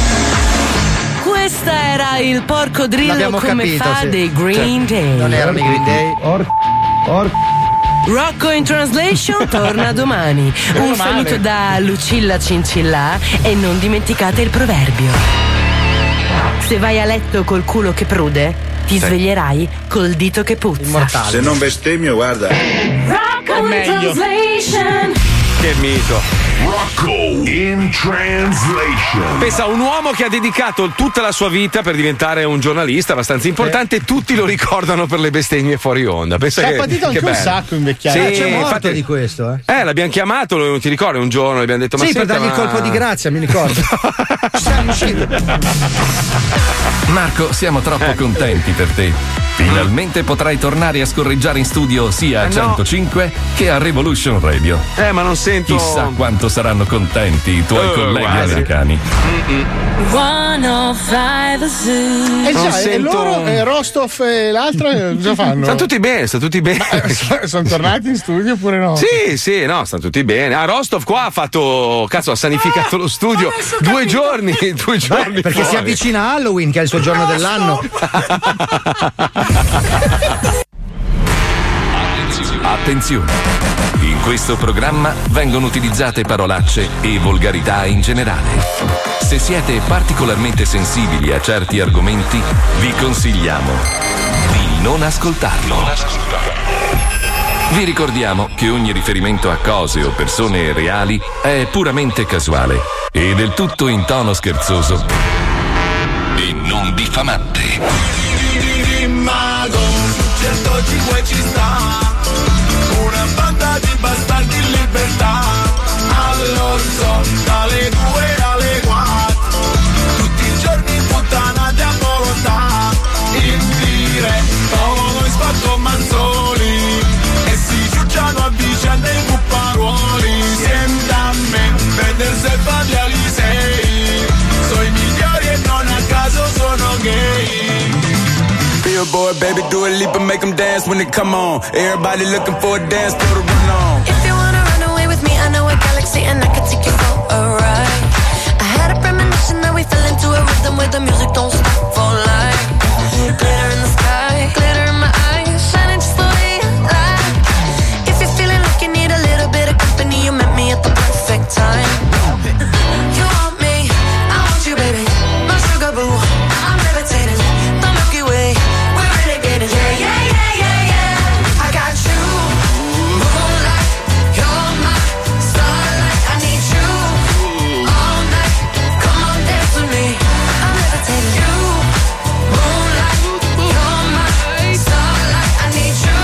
Questa era il porcodrillo L'abbiamo come capito, fa sì. dei Green Day. Non erano i Green Day. Or- or- Rocco in Translation torna domani. Un saluto da Lucilla Cincilla e non dimenticate il proverbio. Se vai a letto col culo che prude, ti sveglierai col dito che puzza. Se non bestemmio, guarda. Rocco in Translation. Che mito. Rocco in Translation. Pensa a un uomo che ha dedicato tutta la sua vita per diventare un giornalista abbastanza importante e tutti lo ricordano per le bestemmie fuori onda. Pensa Ci ha che, patito anche che un bello. sacco invecchiare. Sì, Eh, c'è morto infatti- di questo, eh. Eh, l'abbiamo chiamato, non ti ricordi? Un giorno gli abbiamo detto: ma Sì, per senta, dargli il ma- colpo di grazia, mi ricordo. Ci siamo riusciti. Marco, siamo troppo Eh. contenti per te. Finalmente potrai tornare a scorreggiare in studio sia a Eh, no. centocinque che a Revolution Radio. Eh, ma non sento. Chissà quanto saranno contenti i tuoi Eh, colleghi guarda. americani. centocinque Zoo. Eh Non già, e sento- loro, eh, Rostov e l'altra eh, cosa fanno? Stanno tutti bene, stanno tutti bene. Sono tornati in studio oppure no? Sì, sì, no, stanno tutti bene. Ah, Rostov qua ha fatto, cazzo, ha sanificato lo studio due giorni, due giorni. Perché si fuori. avvicina Halloween, che è il suo giorno dell'anno. Attenzione! In questo programma vengono utilizzate parolacce e volgarità in generale. Se siete particolarmente sensibili a certi argomenti, vi consigliamo di non ascoltarlo. Vi ricordiamo che ogni riferimento a cose o persone reali è puramente casuale e del tutto in tono scherzoso e non diffamante. Mago, centocinque ci sta. Una banda di bastardi in libertà. All'orso, dalle due alle quattro. Tutti i giorni puttanate a volontà. In diretto, noi sbatto manzoni. E si ciucciano a vicenda i cupparuoli. Senta a me, vedersi e farli Alisei. Sono i migliori e non a caso sono gay. Billboard, baby, do a leap and make them dance when they come on. Everybody looking for a dance floor to run on. If you wanna run away with me, I know a galaxy and I can take you for a ride. I had a premonition that we fell into a rhythm where the music don't stop for life. Glitter in the sky, glitter in my eyes, shining just the way I like. If you're feeling like you need a little bit of company, you met me at the perfect time. You want me, I want you, baby, my sugar boo. I'm levitating, the Milky Way. We're renegading, yeah, yeah, yeah, yeah, yeah. I got you, moonlight, you're my starlight. I need you all night. Come on, dance with me. I'm levitating. You, moonlight, you're my starlight. I need you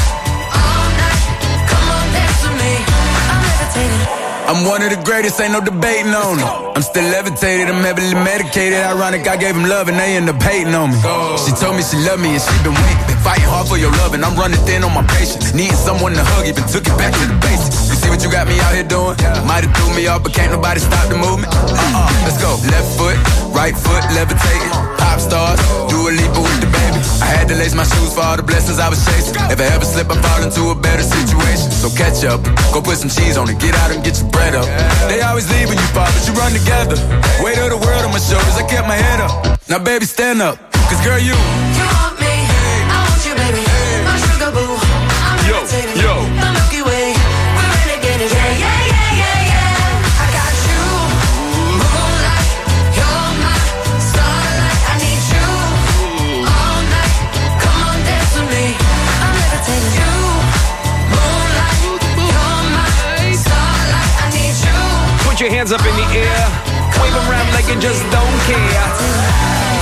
all night. Come on, dance with me. I'm levitating. I'm one of the greatest, ain't no debating on it. I'm still levitated, I'm heavily medicated. Ironic, I gave him love and they end up hating on me. She told me she loved me and she been waiting. Been fighting hard for your love and I'm running thin on my patience. Needing someone to hug, even took it back to the basics. You see what you got me out here doing? Might have threw me off, but can't nobody stop the movement. Uh-uh, let's go. Left foot, right foot, levitating. Pop stars, do a leap with the baby. I had to lace my shoes for all the blessings I was chasing. If I ever slip, I fall into a better situation. So catch up, go put some cheese on it, get out and get your bread up. They always leave when you fall, but you run together. Weight of the world on my shoulders, I kept my head up. Now baby, stand up, cause girl, you. You want me, I want you, baby, my sugar boo. I'm Yo, levitating, yo. the Milky Way. We're renegading, yeah, yeah, yeah, yeah, yeah. I got you, Put your hands up in the air. Wave them around like you just don't care.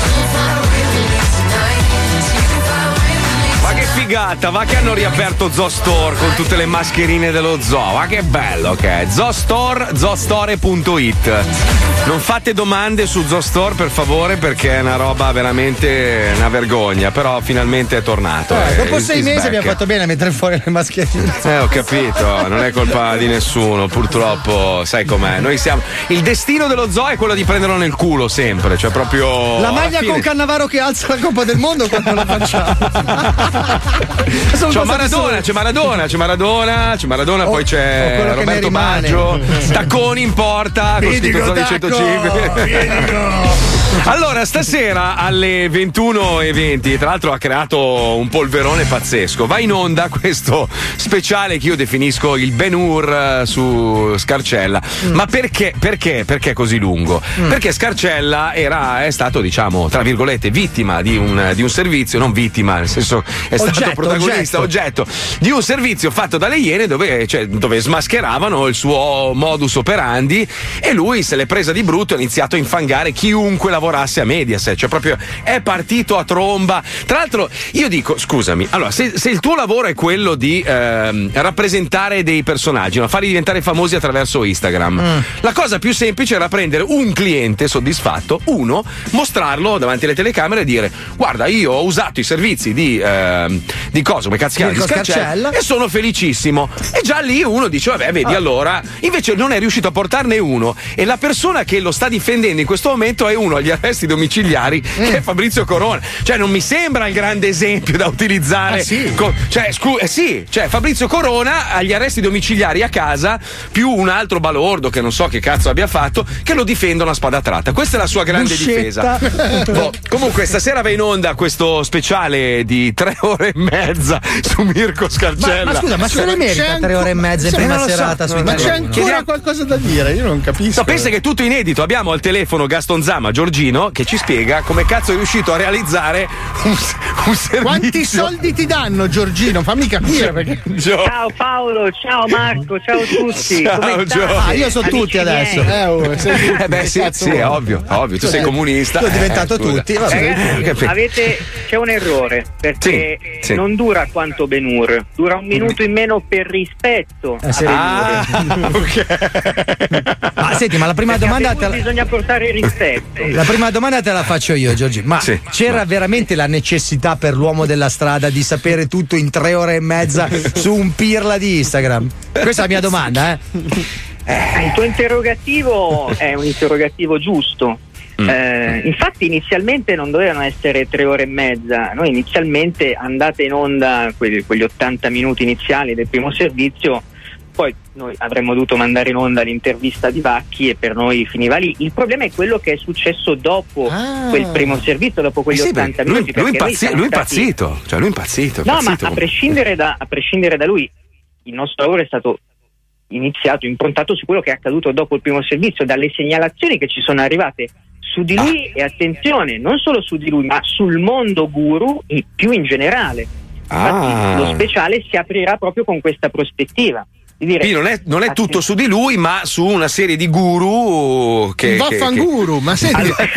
Ma che figata, va che hanno riaperto Zoo Store con tutte le mascherine dello zoo, ma che bello che è. Zoo Store, zoostore punto it. Non fate domande su Zoo Store per favore, perché è una roba veramente una vergogna, però finalmente è tornato. Eh, eh, dopo sei mesi back. abbiamo fatto bene a mettere fuori le mascherine. Eh, ho capito, non è colpa di nessuno, purtroppo, sai com'è. Noi siamo. Il destino dello zoo è quello di prenderlo nel culo sempre, cioè proprio. La maglia alla fine... con Cannavaro che alza la Coppa del Mondo quando la facciamo. C'è Maradona, c'è Maradona, c'è Maradona, c'è Maradona, Oh, poi c'è oh, quello che Roberto ne rimane. Baggio, Tacconi in porta, con scritto Zoni centocinque. Allora, stasera alle ventuno e venti, tra l'altro ha creato un polverone pazzesco. Va in onda questo speciale che io definisco il Ben Hur su Scarcella. Mm. Ma perché? Perché? Perché così lungo? Mm. Perché Scarcella era, è stato, diciamo, tra virgolette, vittima di un, di un servizio, non vittima, nel senso è stato Oggetto, protagonista, oggetto. oggetto di un servizio fatto dalle Iene dove, cioè, dove smascheravano il suo modus operandi, e lui se l'è presa di brutto e ha iniziato a infangare chiunque lavorasse a Mediaset, cioè proprio è partito a tromba. Tra l'altro io dico, scusami, allora se, se il tuo lavoro è quello di ehm, rappresentare dei personaggi, no? Farli diventare famosi attraverso Instagram, mm. la cosa più semplice era prendere un cliente soddisfatto, uno, mostrarlo davanti alle telecamere e dire: guarda, io ho usato i servizi di ehm, di cosa, come cazzo chiama, di Scarcella, Scarcella e sono felicissimo. E già lì uno dice: vabbè, vedi, ah. allora invece non è riuscito a portarne uno, e la persona che lo sta difendendo in questo momento è uno agli arresti domiciliari, mm. che è Fabrizio Corona. Cioè non mi sembra il grande esempio da utilizzare. Ah, sì? Co- cioè scu- eh, sì, cioè Fabrizio Corona agli arresti domiciliari a casa, più un altro balordo che non so che cazzo abbia fatto, che lo difendono a spada tratta. Questa è la sua grande Buscetta. difesa. Boh, comunque stasera va in onda questo speciale di tre ore e mezza su Mirko Scarcella. Ma, ma scusa, ma se ne merita tre ore e mezza in sì, prima so, serata su ma c'è ancora Chiediamo... qualcosa da dire? Io non capisco. No, pensa che è tutto inedito. Abbiamo al telefono Gaston Zama, Giorgino, che ci spiega come cazzo è riuscito a realizzare un, un servizio. Quanti soldi ti danno, Giorgino? Fammi capire. Perché... Ciao Paolo, ciao Marco, ciao a tutti. Ciao, come Gio. Ah, io so tutti adesso. Eh, oh, sei tutti. Eh beh, sì, sì, è ovvio, ovvio. Tu sei comunista. Sono diventato eh, tutti. Vabbè. Ragazzi, avete, c'è un errore, perché sì, sì. non dura quanto Ben Hur, dura un minuto in meno per rispetto. Eh, a Ben Hur. Ah, ok. Ah, senti, ma la prima perché domanda a Ben Hur te la... bisogna portare rispetto. La prima domanda te la faccio io, Giorgi. Ma sì, c'era ma... veramente la necessità per l'uomo della strada di sapere tutto in tre ore e mezza su un pirla di Instagram? Questa è la mia domanda, eh. Eh, il tuo interrogativo è un interrogativo giusto. Mm. Eh, infatti inizialmente non dovevano essere tre ore e mezza. Noi inizialmente, andate in onda quelli, quegli ottanta minuti iniziali del primo servizio, poi noi avremmo dovuto mandare in onda l'intervista di Vacchi e per noi finiva lì. Il problema è quello che è successo dopo ah. quel primo servizio, dopo quegli eh sì, ottanta lui, minuti. Lui, impazzi- lui stati... impazzito, cioè lui impazzito. No, impazzito ma a prescindere, da, a prescindere da lui, il nostro lavoro è stato iniziato, improntato su quello che è accaduto dopo il primo servizio, dalle segnalazioni che ci sono arrivate su di lui ah. e attenzione, non solo su di lui, ma sul mondo guru e più in generale. Infatti ah. lo speciale si aprirà proprio con questa prospettiva. Di dire, Quindi non è, non è tutto su di lui, ma su una serie di guru che. Vaffanguru, che... ma senti. Allora,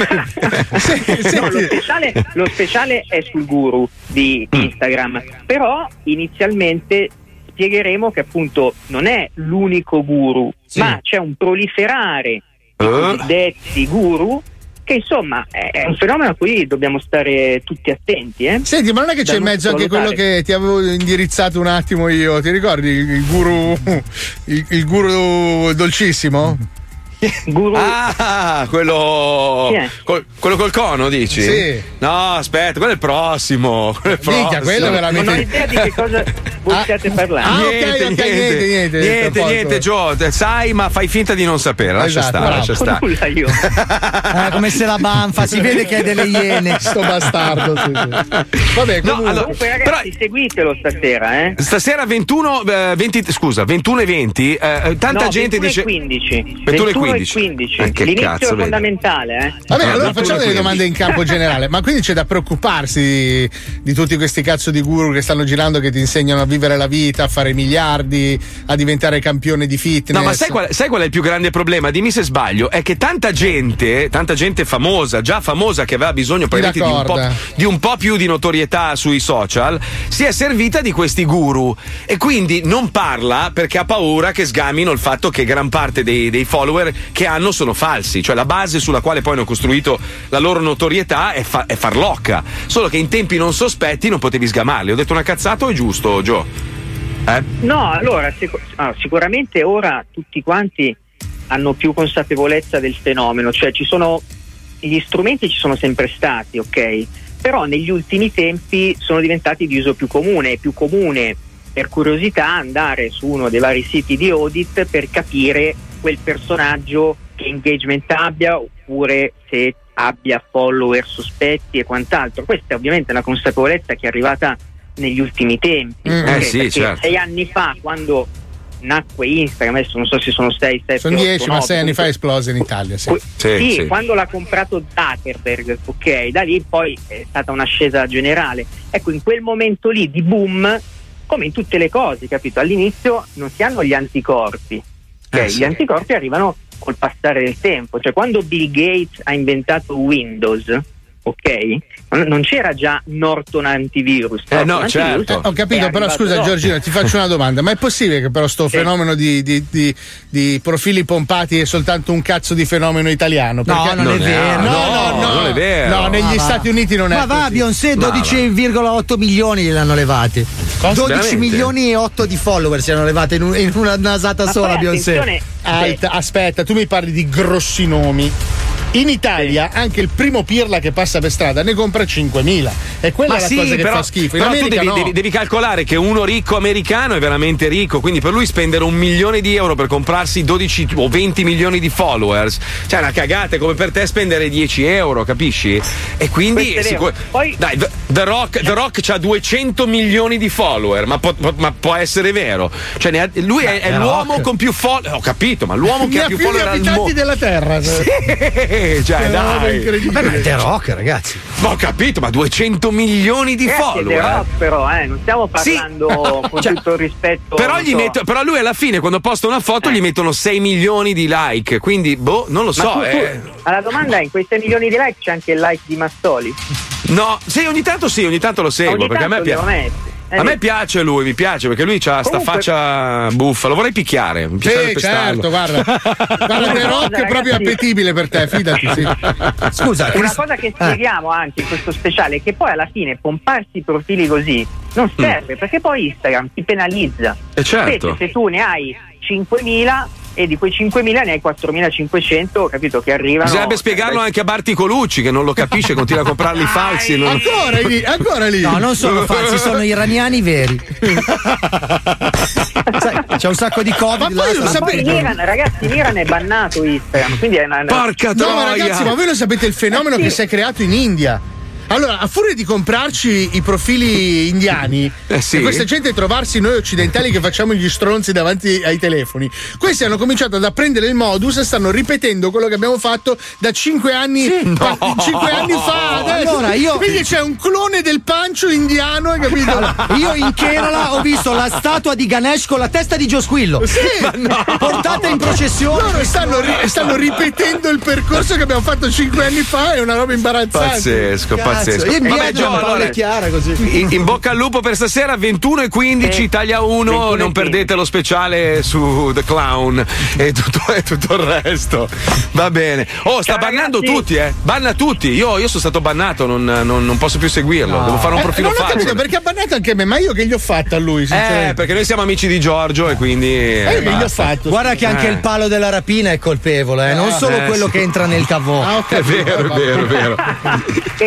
no, lo, speciale, lo speciale è sul guru di Instagram, però inizialmente spiegheremo che appunto non è l'unico guru, sì. ma c'è un proliferare di uh. cosiddetti guru, che insomma è un fenomeno a cui dobbiamo stare tutti attenti. Eh? Senti, ma non è che c'è in mezzo anche quello che ti avevo indirizzato un attimo io? Ti ricordi il guru, il, il guru dolcissimo? Guru. Ah, quello col, quello col cono, dici? Sì. No, aspetta, quello è il prossimo. Quello è il prossimo. Minchia, quello veramente... Non ho idea di che cosa voi ah. stiate parlando. Ah, niente, okay, okay, niente, niente, niente, niente, niente, Gio, sai, ma fai finta di non sapere. Lascia esatto, stare, lascia stare. Nulla io. Eh, come se la banfa, si vede che è delle iene. Sto bastardo. Sì, sì. Vabbè, comunque, no, allora, comunque ragazzi, però, seguitelo stasera, eh? Stasera ventuno, eh, venti, scusa, ventuno e venti. Eh, tanta no, gente dice. quindici ventuno e quindici. quindici. quindici. Eh, che L'inizio cazzo, è fondamentale. Eh. Vabbè, allora ventuno facciamo delle domande in campo generale. Ma quindi c'è da preoccuparsi di, di tutti questi cazzo di guru che stanno girando, che ti insegnano a vivere la vita, a fare miliardi, a diventare campione di fitness? No, ma sai qual, sai qual è il più grande problema? Dimmi se sbaglio. È che tanta gente, tanta gente famosa, già famosa, che aveva bisogno probabilmente di un, po', di un po' più di notorietà sui social, si è servita di questi guru e quindi non parla perché ha paura che sgamino il fatto che gran parte dei, dei follower che hanno sono falsi, cioè la base sulla quale poi hanno costruito la loro notorietà è, fa- è farlocca, solo che in tempi non sospetti non potevi sgamarli. Ho detto una cazzata o è giusto, Gio? Eh? No, allora sic- ah, sicuramente ora tutti quanti hanno più consapevolezza del fenomeno, cioè ci sono gli strumenti, ci sono sempre stati, ok? Però negli ultimi tempi sono diventati di uso più comune, è più comune per curiosità andare su uno dei vari siti di audit per capire quel personaggio che engagement abbia oppure se abbia follower sospetti e quant'altro. Questa è ovviamente una consapevolezza che è arrivata negli ultimi tempi, mm, eh sì, perché certo. sei anni fa, quando nacque Instagram, adesso non so se sono sei, sette, sono dieci, ma sei anni fa è comunque esplosa in Italia. Sì, que- sì, sì, sì. Quando l'ha comprato Zuckerberg, ok, da lì poi è stata un'ascesa generale. Ecco, in quel momento lì di boom, come in tutte le cose, capito? All'inizio non si hanno gli anticorpi, ok? Eh, sì. Gli anticorpi arrivano col passare del tempo, cioè quando Bill Gates ha inventato Windows, ok, non c'era già Norton antivirus. Eh, no, Norton certo. antivirus Eh, ho capito, è però arrivato scusa dopo. Giorgino, ti faccio una domanda: ma è possibile che però sto Sì. fenomeno di, di, di, di profili pompati è soltanto un cazzo di fenomeno italiano? Perché- non, è vero. No, no, no, non è vero. no, negli Ma Stati va. Uniti non è Ma va, così. Beyoncé dodici virgola otto milioni gliel'hanno levati. dodici Veramente? milioni e otto di follower si erano levate in, un- in una nasata Ma sola poi Beyoncé. attenzione, Alta, aspetta, tu mi parli di grossi nomi. In Italia anche il primo pirla che passa per strada ne compra cinquemila e quella Ma è la sì, cosa che però, fa schifo. In però tu America devi, no. devi- devi calcolare che uno ricco americano è veramente ricco, quindi per lui spendere un milione di euro per comprarsi dodici o venti milioni di followers, cioè è una cagata, è come per te spendere dieci euro, capisci? E quindi Questo è sicur- vero. Poi- dai, The, The Rock, The Rock c'ha duecento milioni di follower, ma, può- può- ma può essere vero? Cioè ne ha- lui è, è The l'uomo Rock. con più follower, ho capito, ma l'uomo che Ne ha ha più più di follower al abitanti mondo. della terra. Sì, cioè È una roba dai. incredibile. Beh, ma è The Rock, ragazzi. Ma ho capito, ma duecento milioni di Ragazzi, follower. The Rock, però, eh, non stiamo Sì. parlando con Cioè, tutto il rispetto. Però, non gli so. metto- però lui alla fine quando posta una foto Eh. gli mettono sei milioni di like, quindi boh, non lo Ma so. tu- tu- eh. ma la domanda è: in quei sei milioni di like c'è anche il like di Mastoli? No, sì, ogni tanto sì, ogni tanto lo seguo Ogni perché a me tanto piace. glielo metti. Eh, A me piace lui, mi piace perché lui ha sta Comunque- faccia buffa, lo vorrei picchiare. Mi piacerebbe Sì, pestarlo. certo, guarda. Guarda, The Rock è proprio ragazzi. appetibile per te, fidati. Sì. Scusa, Una Chris- cosa che eh. spieghiamo anche in questo speciale è che poi alla fine pomparsi i profili così non serve, perché poi Instagram ti penalizza. Eh, certo. Specie se tu ne hai cinquemila e di quei cinquemila ne hai quattromilacinquecento, capito, che arrivano. Bisognerebbe spiegarlo anche a Barti Colucci che non lo capisce, continua a comprarli falsi. non- Ancora lì, ancora lì. No, non sono falsi, sono iraniani veri. Sai, c'è un sacco di covid Ma là, poi lo stanno- Poi in sapete? Iran, ragazzi, in Iran è bannato Instagram, quindi è una, una- Porca No, ma troia! ragazzi, ma voi lo sapete il fenomeno che si è creato in India? Allora, a furia di comprarci i profili indiani Eh sì. e questa gente trovarsi noi occidentali che facciamo gli stronzi davanti ai telefoni, questi hanno cominciato ad apprendere il modus e stanno ripetendo quello che abbiamo fatto da cinque anni, pa- No. cinque anni fa. adesso. Allora, io- Quindi c'è un clone del pancio indiano, hai capito? Io in Kerala ho visto la statua di Ganesh con la testa di Giosquillo. Sì. Portata in processione. Loro stanno, ri- stanno ripetendo il percorso che abbiamo fatto cinque anni fa, è una roba imbarazzante. Pazzesco, Cazzo, pazzesco. io in Vabbè, viaggio Gio, a Paolo allora, e Chiara così. in, in bocca al lupo per stasera, ventuno e quindici, Sì. Italia uno, ventuno e non perdete quindici. lo speciale su The Clown e tutto, e tutto il resto. Va bene. Oh, sta Ciao, bannando ragazzi. tutti, eh. Banna tutti. Io, io sono stato bannato, non, non- non posso più seguirlo. Devo fare un Eh, profilo non ho falso. capito perché ha bannato anche me, ma io che gli ho fatto a lui? Eh, sinceramente? perché noi siamo amici di Giorgio e quindi. Eh, eh, che gli ho basta. fatto? Guarda che anche Eh. il palo della rapina è colpevole, eh, non Ah, solo eh, quello sì. che entra nel cavò. Ah, ho È capito, vero, è vabbè. vero, è vero. e con questo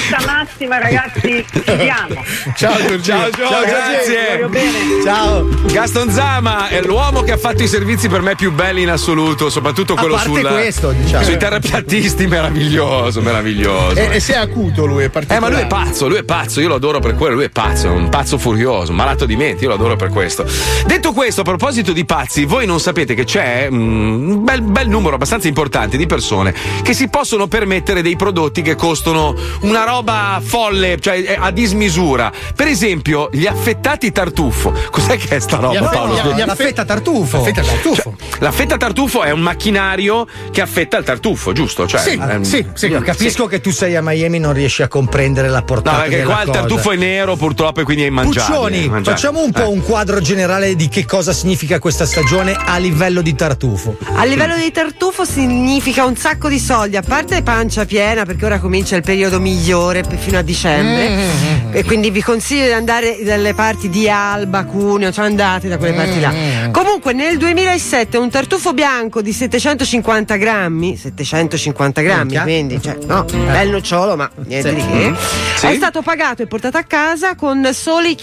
forza massima, ragazzi, ci siamo. Ciao Giorgio. Ciao, ciao, grazie. Ciao. Gaston Zama è l'uomo che ha fatto i servizi per me più belli in assoluto, soprattutto quello A parte sul questo, diciamo. sui terrapiattisti, meraviglioso, meraviglioso. E, e sei acuto lui, è particolare. Eh, ma lui è pazzo, lui è pazzo, io lo adoro per quello, lui è pazzo, è un pazzo furioso, un malato di mente, io lo adoro per questo. Detto questo, a proposito di pazzi, voi non sapete che c'è mm, un bel, bel numero abbastanza importante di persone che si possono permettere dei prodotti che costano una roba folle, cioè a dismisura. Per esempio, gli affettati tartufo. Cos'è che è sta roba, No, Paolo? no, la fetta tartufo. La fetta tartufo. Cioè, la fetta tartufo è un macchinario che affetta il tartufo, giusto? Cioè, Sì, ehm, sì, sì. Io capisco sì. che tu sei a Miami e non riesci a comprendere la portata No, perché della qua il cosa. tartufo è nero purtroppo e quindi è immangiabile. Puccioni, immangiabile. facciamo un po' Eh. un quadro generale di che cosa significa questa stagione a livello di tartufo. A livello di tartufo significa un sacco di soldi, a parte pancia piena, perché ora comincia il periodo migliore fino a dicembre. Mm. E quindi vi consiglio di andare dalle parti di Alba, Cuneo, cioè andate da quelle parti là. Comunque nel duemilasette un tartufo bianco di settecentocinquanta grammi, settecentocinquanta grammi, Minchia. quindi cioè, no, bel nocciolo, ma niente Sì. di che. Sì. È stato pagato e portato a casa con soli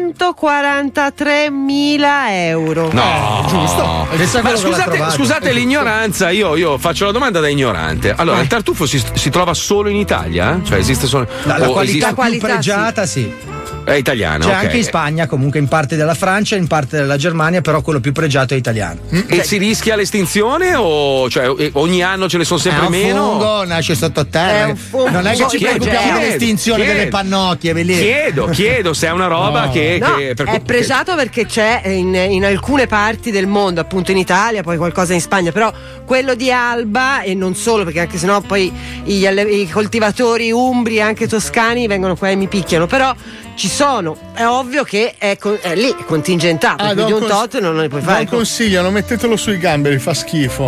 centoquarantatremila euro. No, giusto. Ma scusate, scusate l'ignoranza, io, io faccio la domanda da ignorante. Allora, il tartufo si, si trova solo in Italia? Cioè esiste solo. La, la o qualità esiste- più pregiata, sì. È italiano. C'è ok. anche in Spagna, comunque in parte della Francia, in parte della Germania, però quello più pregiato è italiano. E si rischia l'estinzione o cioè, eh, ogni anno ce ne sono sempre è un meno? fungo, nasce sottoterra. È un fungo. Non è che ci Chiedo, preoccupiamo chiedo, dell'estinzione chiedo. delle pannocchie, ve lì. Chiedo, chiedo se è una roba No. che, No, che per- è pregiato perché c'è in, in alcune parti del mondo, appunto in Italia, poi qualcosa in Spagna, però quello di Alba e non solo, perché anche sennò poi gli alle- i coltivatori umbri e anche toscani vengono qua e mi picchiano, però ci sono, è ovvio che è, con- è lì, è contingentato, Ah, più do di un un cons- tot non ne puoi Do fare. un consiglio, non mettetelo sui gamberi, fa schifo.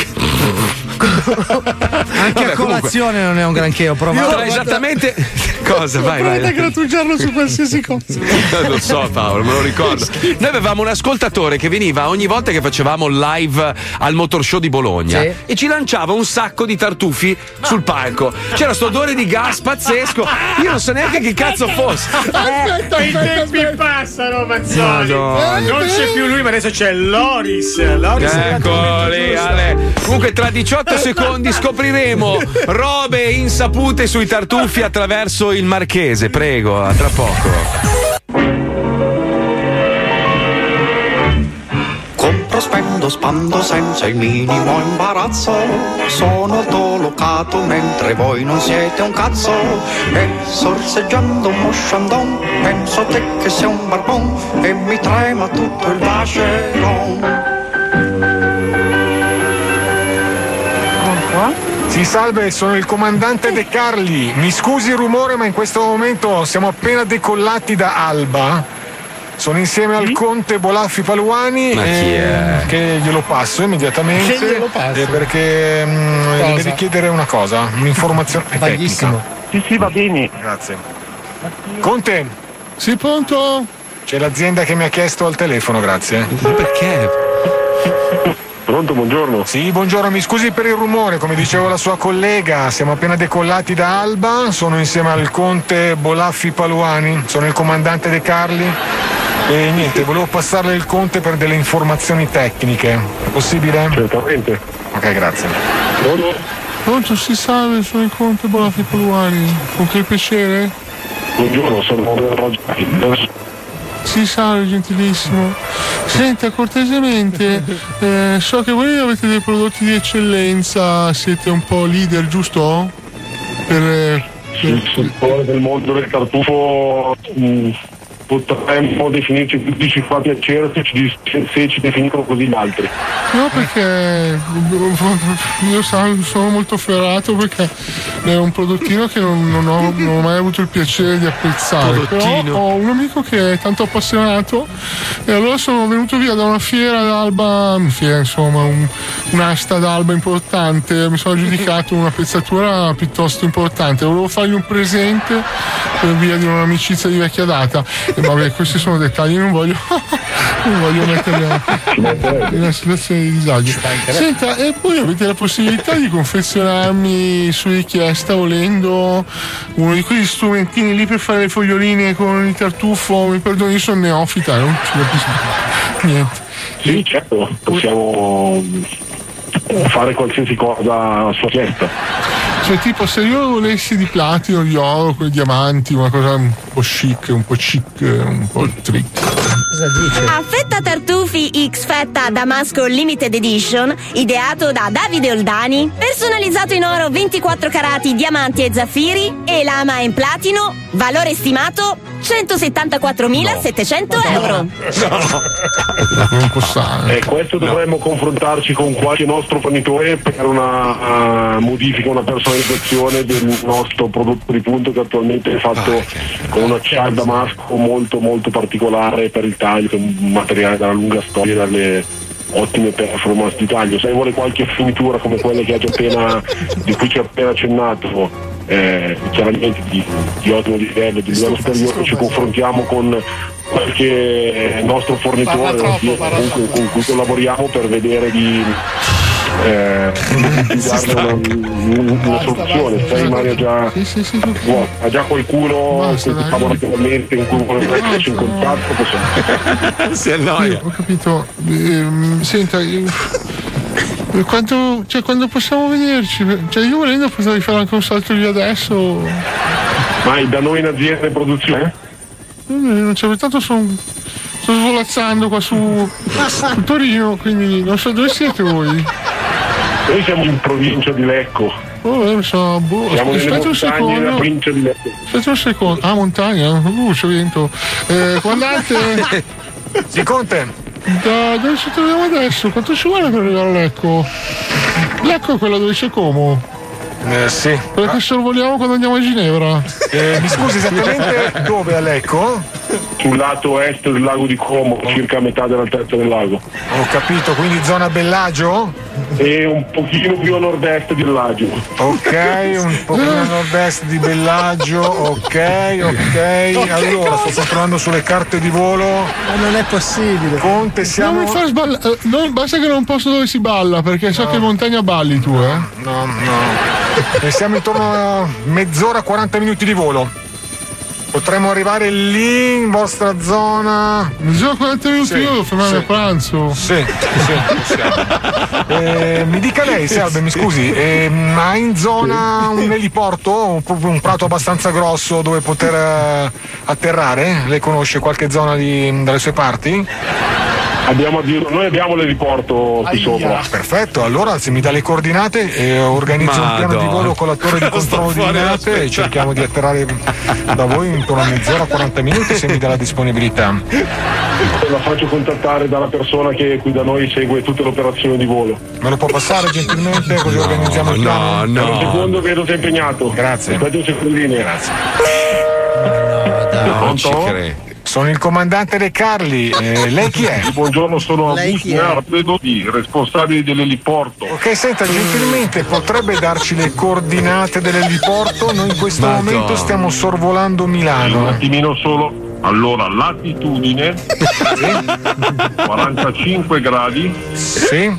Anche a colazione non è un granché, ho provato. Tra esattamente cosa? Vai, Provate a vai. grattugiarlo su qualsiasi cosa. Lo so Paolo, me lo ricordo. Noi avevamo un ascoltatore che veniva ogni volta che facevamo il live al Motor Show di Bologna Sì. e ci lanciava un sacco di tartufi sul palco. C'era sto odore di gas pazzesco. Io non so neanche che cazzo fosse. Aspetta, I aspetta, tempi aspetta. passano, Mazzoli. Madonna. Non c'è più lui, ma adesso c'è Loris. Loris è Ecco lì, Ale. Comunque tra diciotto secondi scopriremo robe insapute sui tartufi attraverso il Marchese. Prego, a tra poco. Compro, spendo, spando senza il minimo imbarazzo. Sono autolocato mentre voi non siete un cazzo. E sorseggiando un mosciandon, penso a te che sei un barbon e mi trema tutto il vacheron. Sì, salve, sono il comandante De Carli. Mi scusi il rumore, ma in questo momento siamo appena decollati da Alba. Sono insieme al conte Bolaffi Paluani. Ma chi e- è? Che glielo passo immediatamente. Che glielo passi? eh, Perché mm, Cosa? le devi chiedere una cosa, un'informazione Vaghissimo. tecnica. Sì, sì, va bene. Grazie. Conte, Sì, pronto? c'è l'azienda che mi ha chiesto al telefono, grazie. Ma perché? Pronto, buongiorno. Sì, buongiorno, mi scusi per il rumore, come dicevo la sua collega, siamo appena decollati da Alba, sono insieme al conte Bolaffi Paluani, sono il comandante De Carli e niente, volevo passarle il conte per delle informazioni tecniche. È possibile? Certamente. Ok, grazie. Pronto, si salve, sono il conte Bolaffi Paluani. Con che piacere? Buongiorno, sono Roger. Si salve, gentilissimo. Senta, cortesemente, eh, so che voi avete dei prodotti di eccellenza, siete un po' leader, giusto? Per, eh, Sul settore del mondo del tartufo mh, potremmo definirci tutti ci fa piacere se ci, se ci definiscono così gli altri. no, perché io sa- sono molto ferrato perché è un prodottino che non, non ho, non ho mai avuto il piacere di apprezzare. Però Prodottino. ho un amico che è tanto appassionato e allora sono venuto via da una fiera d'Alba, fiera insomma, un, un'asta d'Alba importante, mi sono aggiudicato una pezzatura piuttosto importante, volevo fargli un presente per via di un'amicizia di vecchia data. E vabbè, questi sono dettagli, non voglio non voglio mettere in una situazione di disagio. Senta, e poi avete la possibilità di confezionarmi su richiesta, volendo, uno di quegli strumentini lì per fare le foglioline con il tartufo? Mi perdoni, io sono neofita, non ci capisco niente. Sì, certo, possiamo fare qualsiasi cosa a sua richiesta. Cioè, tipo, se io volessi di platino, di oro, con i diamanti, una cosa un po' chic, un po' chic, un po' trick. Cosa dice? Affetta tartufi X Fetta Damasco Limited Edition, ideato da Davide Oldani, personalizzato in oro ventiquattro carati, diamanti e zaffiri e lama in platino, valore stimato centosettantaquattromilasettecento no. euro. No. Non possiamo. E questo dovremmo no. confrontarci con qualche nostro fornitore per una uh, modifica, una personalizzazione del nostro prodotto di punto, che attualmente è fatto ah, con un acciaio damasco molto molto particolare per il taglio, che è un materiale dalla lunga storia, dalle ottime performance di taglio. Se vuole qualche finitura come quelle che ha già appena di cui ci ha appena accennato, Eh, chiaramente di, di ottimo livello, di livello superiore, ci confrontiamo con qualche nostro fornitore troppo, comunque, con cui collaboriamo per vedere di eh, darne una, una, una soluzione. Se rimane ha già, sì, sì, sì, wow, ha già qualcuno basta, con cui favorevolmente in cui vuole metterci in contatto, possiamo. Si annoia. Ho capito. Ehm, senta, io... Quanto, cioè, quando possiamo vederci? Cioè, io volendo potrei fare anche un salto lì adesso. Mai da noi in azienda di produzione? Non c'è, tanto sono sto svolazzando qua su, su Torino, quindi non so dove siete voi. Noi siamo in provincia di Lecco. Oh, non so, boh. Siamo Aspetta nelle un secondo. della provincia di Lecco. Aspetta un secondo. Ah, montagna, uh, c'è vento. Eh, quand'ate? Sì, Conte. Da dove ci troviamo adesso? Quanto ci vuole per arrivare a Lecco? Lecco è quella dove c'è Como? Eh, sì. Perché sorvoliamo quando andiamo a Ginevra. Eh, mi scusi, esattamente dove a Lecco? Sul lato est del lago di Como, circa a metà dell'altezza del lago. Ho capito, quindi zona Bellagio? E un pochino più a nord-est di Bellagio. Ok, un pochino a nord-est di Bellagio, ok, ok. Allora, sto controllando sulle carte di volo. Ma non è possibile. Conte, siamo. Non mi far sballare. Non, basta che non posso dove si balla, perché so no. che in montagna balli tu, eh. No, no. E siamo intorno a mezz'ora, quaranta minuti di volo. Potremmo arrivare lì in vostra zona. Mezz'ora, quaranta minuti, sì, io devo fermarmi sì. a pranzo. Sì, sì, possiamo. eh, mi dica lei, Salve, mi scusi, eh, ha in zona un eliporto, un, un prato abbastanza grosso dove poter uh, atterrare? Lei conosce qualche zona di, dalle sue parti? Abbiamo, noi abbiamo l'eliporto qui sopra. Perfetto, allora se mi dà le coordinate eh, organizzo un piano di volo con la torre di controllo di Linate e cerchiamo di atterrare da voi intorno a mezz'ora, quaranta minuti, se mi dà la disponibilità. La faccio contattare dalla persona che qui da noi segue tutte le operazioni di volo. Me lo può passare gentilmente così no, organizziamo il piano? No, no. Un secondo, vedo sei impegnato. Grazie. Aspetta un secondino. Grazie. No, non ci credo. Sono il comandante De Carli, eh, lei chi è? Buongiorno, sono Augusto Nardo, responsabile dell'eliporto. Ok, senta, gentilmente potrebbe darci le coordinate dell'eliporto? Noi in questo Madonna. momento stiamo sorvolando Milano. Un attimino solo. Allora, latitudine sì. quarantacinque gradi. Sì.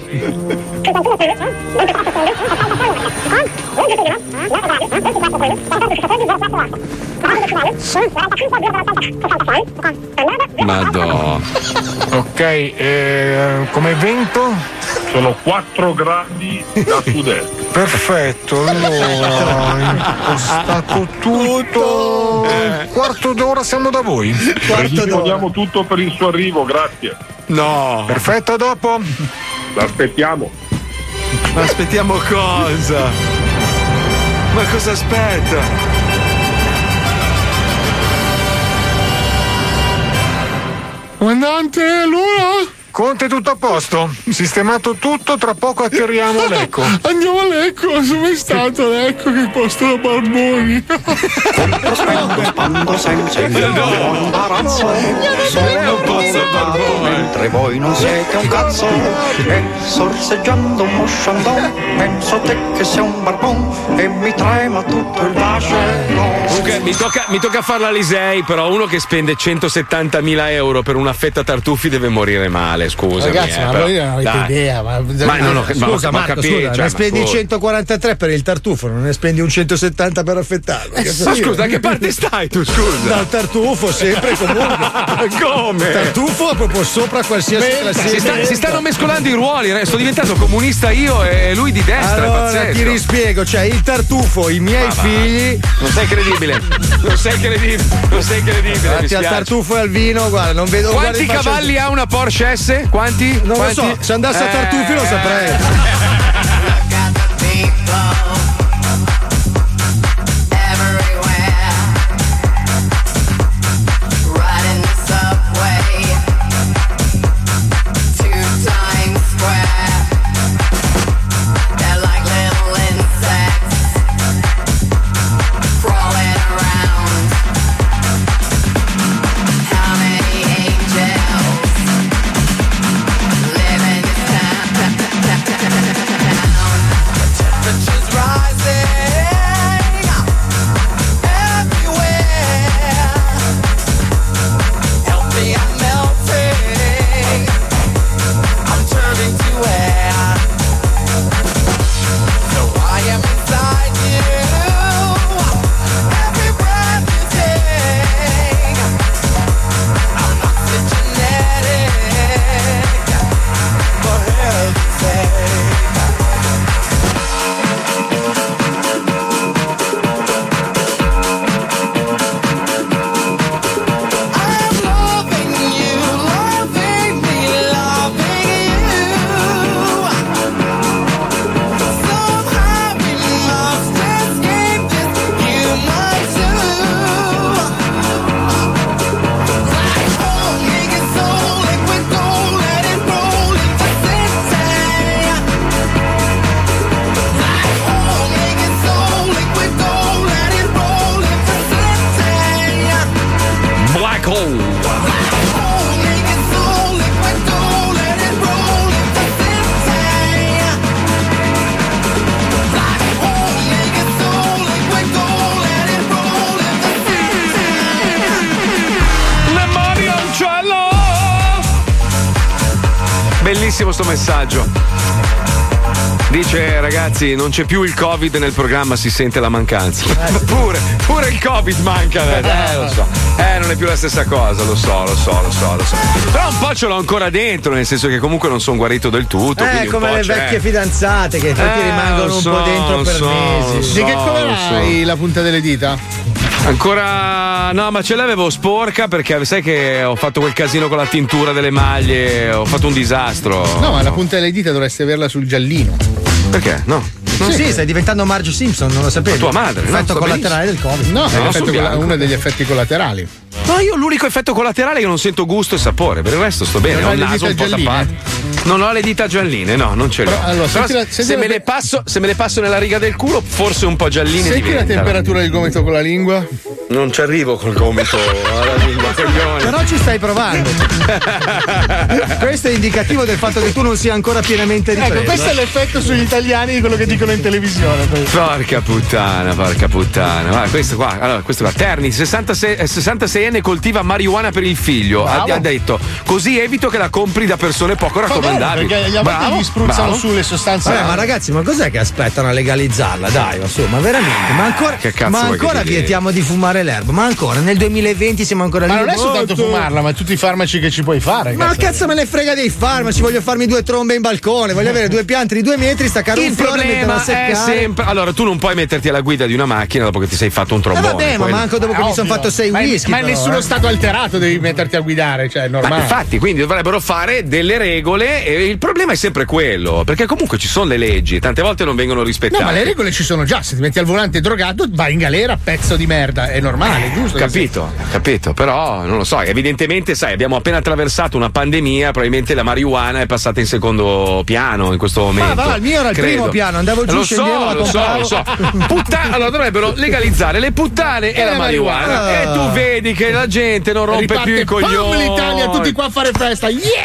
Madonna. Ok, eh, come vento? Sono quattro gradi da sud-est. Perfetto, allora impostato tutto. Eh. Quarto d'ora siamo da voi. Predisponiamo tutto per il suo arrivo, grazie. No. Perfetto, a dopo. L'aspettiamo. Ma aspettiamo cosa? Ma cosa aspetta? Comandante, allora? Conte, tutto a posto? Sistemato tutto, tra poco atterriamo a Lecco. Andiamo a Lecco, sono mai stato a Lecco, che posto da barboni. Quando senza il mio imbarazzo sono buono mentre voi non siete un cazzo e sorseggiando un mosciandò penso te che sei un barbon e mi trema tutto il vascello. tocca, mi, tocca, mi tocca farla all'Isei, però uno che spende centosettantamila euro per una fetta tartufi deve morire male, scusa. Ragazzi, eh, ma però, voi non avete dai. idea. Ma, Ma non ho- ma ho- Scusa, ma ho Marco, capito, scusa, cioè, ne spendi ma scusa. centoquarantatré per il tartufo, non ne spendi un centosettanta per affettarlo. Ma scusa, da che parte stai tu, scusa? Dal tartufo, sempre comunque. Come? Il tartufo è proprio sopra qualsiasi classifica. Si, sta- si stanno mescolando i ruoli, eh, sto diventando comunista io e lui di destra, è Allora pazzesco. ti rispiego, cioè il tartufo, i miei Ma va. figli. Non sei credibile, non sei credibile, non sei credibile. mi Grazie al spiace. tartufo e al vino, guarda, non vedo. Quanti guarda, cavalli ha una Porsche S? Quanti? Non Quanti? lo so, se andasse a Eh, tartufi lo saprei. Riding the subway to Times Square. They're like little insects crawling around. How many angels live in this town? The temperature's rising everywhere. Help me, I'm melting. I'm turning to air. So I am inside you. Every breath you take. I'm oxygenetic. For heaven's sake. I'm loving you, loving me, loving you. Somehow we must escape this human zoo. Black hole, naked soul, liquid gold, let it roll into city. Black hole, naked soul, liquid gold, let it roll into city. Black hole. Le mani al cielo! Bellissimo sto messaggio. Dice ragazzi non c'è più il Covid nel programma, si sente la mancanza. Pure, pure il Covid manca, vedi? Eh lo so. Eh non è più la stessa cosa, lo so, lo so, lo so, lo so. Però un po' ce l'ho ancora dentro, nel senso che comunque non sono guarito del tutto. Eh, quindi un come po' le c'è. vecchie fidanzate che poi ti Eh, rimangono lo un so, po' dentro lo per so, mesi. lo Di so, che colore lo so. hai la punta delle dita? Ancora no, ma ce l'avevo sporca perché sai che ho fatto quel casino con la tintura delle maglie, ho fatto un disastro. No, ma la punta delle dita dovresti averla sul giallino. Perché? No. Sì, sì, stai diventando Marge Simpson, non lo sapevi. Tua madre, no? Effetto Sto collaterale del Covid. No, è No, l'effetto su colla- bianco. uno degli effetti collaterali. No, io l'unico effetto collaterale è che non sento gusto e sapore, per il resto sto bene, Non ho hai il le naso dita un po' gialline? tappato. Non ho le dita gialline, no, non ce le ho. Però, allora, Però senti la- se, senti se la- me le passo, se me le passo nella riga del culo, forse un po' gialline Senti la diventano. temperatura del gomito con la lingua? Non ci arrivo col gomito alla lingua, coglione. Però ci stai provando. Questo è indicativo del fatto che tu non sia ancora pienamente ripreso. Ecco, questo è l'effetto sugli italiani di quello che dicono in televisione. Porca puttana, porca puttana. Guarda, questo qua, allora, questo qua. Terni, sessantasei, eh, sessantaseienne coltiva marijuana per il figlio. Ha, Bravo. ha detto, così evito che la compri da persone poco Fa bene, raccomandabili. perché gli amanti Bravo, gli spruzzano bravo. su le sostanze. Vabbè, ma ragazzi, ma cos'è che aspettano a legalizzarla? Dai, ma su, ma veramente? Ma ancora, Che cazzo ma vuoi che ancora ti dica? vietiamo di fumare l'erba? Ma ancora? Nel duemilaventi siamo ancora lì. Ma non è soltanto Oh, fumarla, ma tutti i farmaci che ci puoi fare. Ma cazzo me ne frega dei farmaci, voglio farmi due trombe in balcone, voglio avere due piante di due metri, staccare Il un fiore e metterlo a problema è seccare. sempre. Allora, tu non puoi metterti alla guida di una macchina dopo che ti sei fatto un Eh trombone. vabbè, ma quello- manco dopo che mi sono Ovvio. fatto sei Ma in- whisky. Ma in però, nessuno eh. stato alterato devi metterti a guidare, cioè è Ma normale. infatti, quindi dovrebbero fare delle regole e il problema è sempre quello, perché comunque ci sono le leggi, tante volte non vengono rispettate. No, ma le regole ci sono già. Se ti metti al volante drogato, vai in galera, pezzo di merda. È normale, giusto? Capito, capito, però non lo so, evidentemente sai, abbiamo appena attraversato una pandemia, probabilmente la marijuana è passata in secondo piano in questo momento. va, il mio era il credo. primo piano, andavo giù, lo scendevo, so, la lo so, compravo. lo so. Putta- allora dovrebbero legalizzare le puttane e, E la la marijuana. marijuana. E tu vedi che la gente non rompe Riparte, più i pam, coglioni. l'Italia, tutti qua a fare festa. Yeah!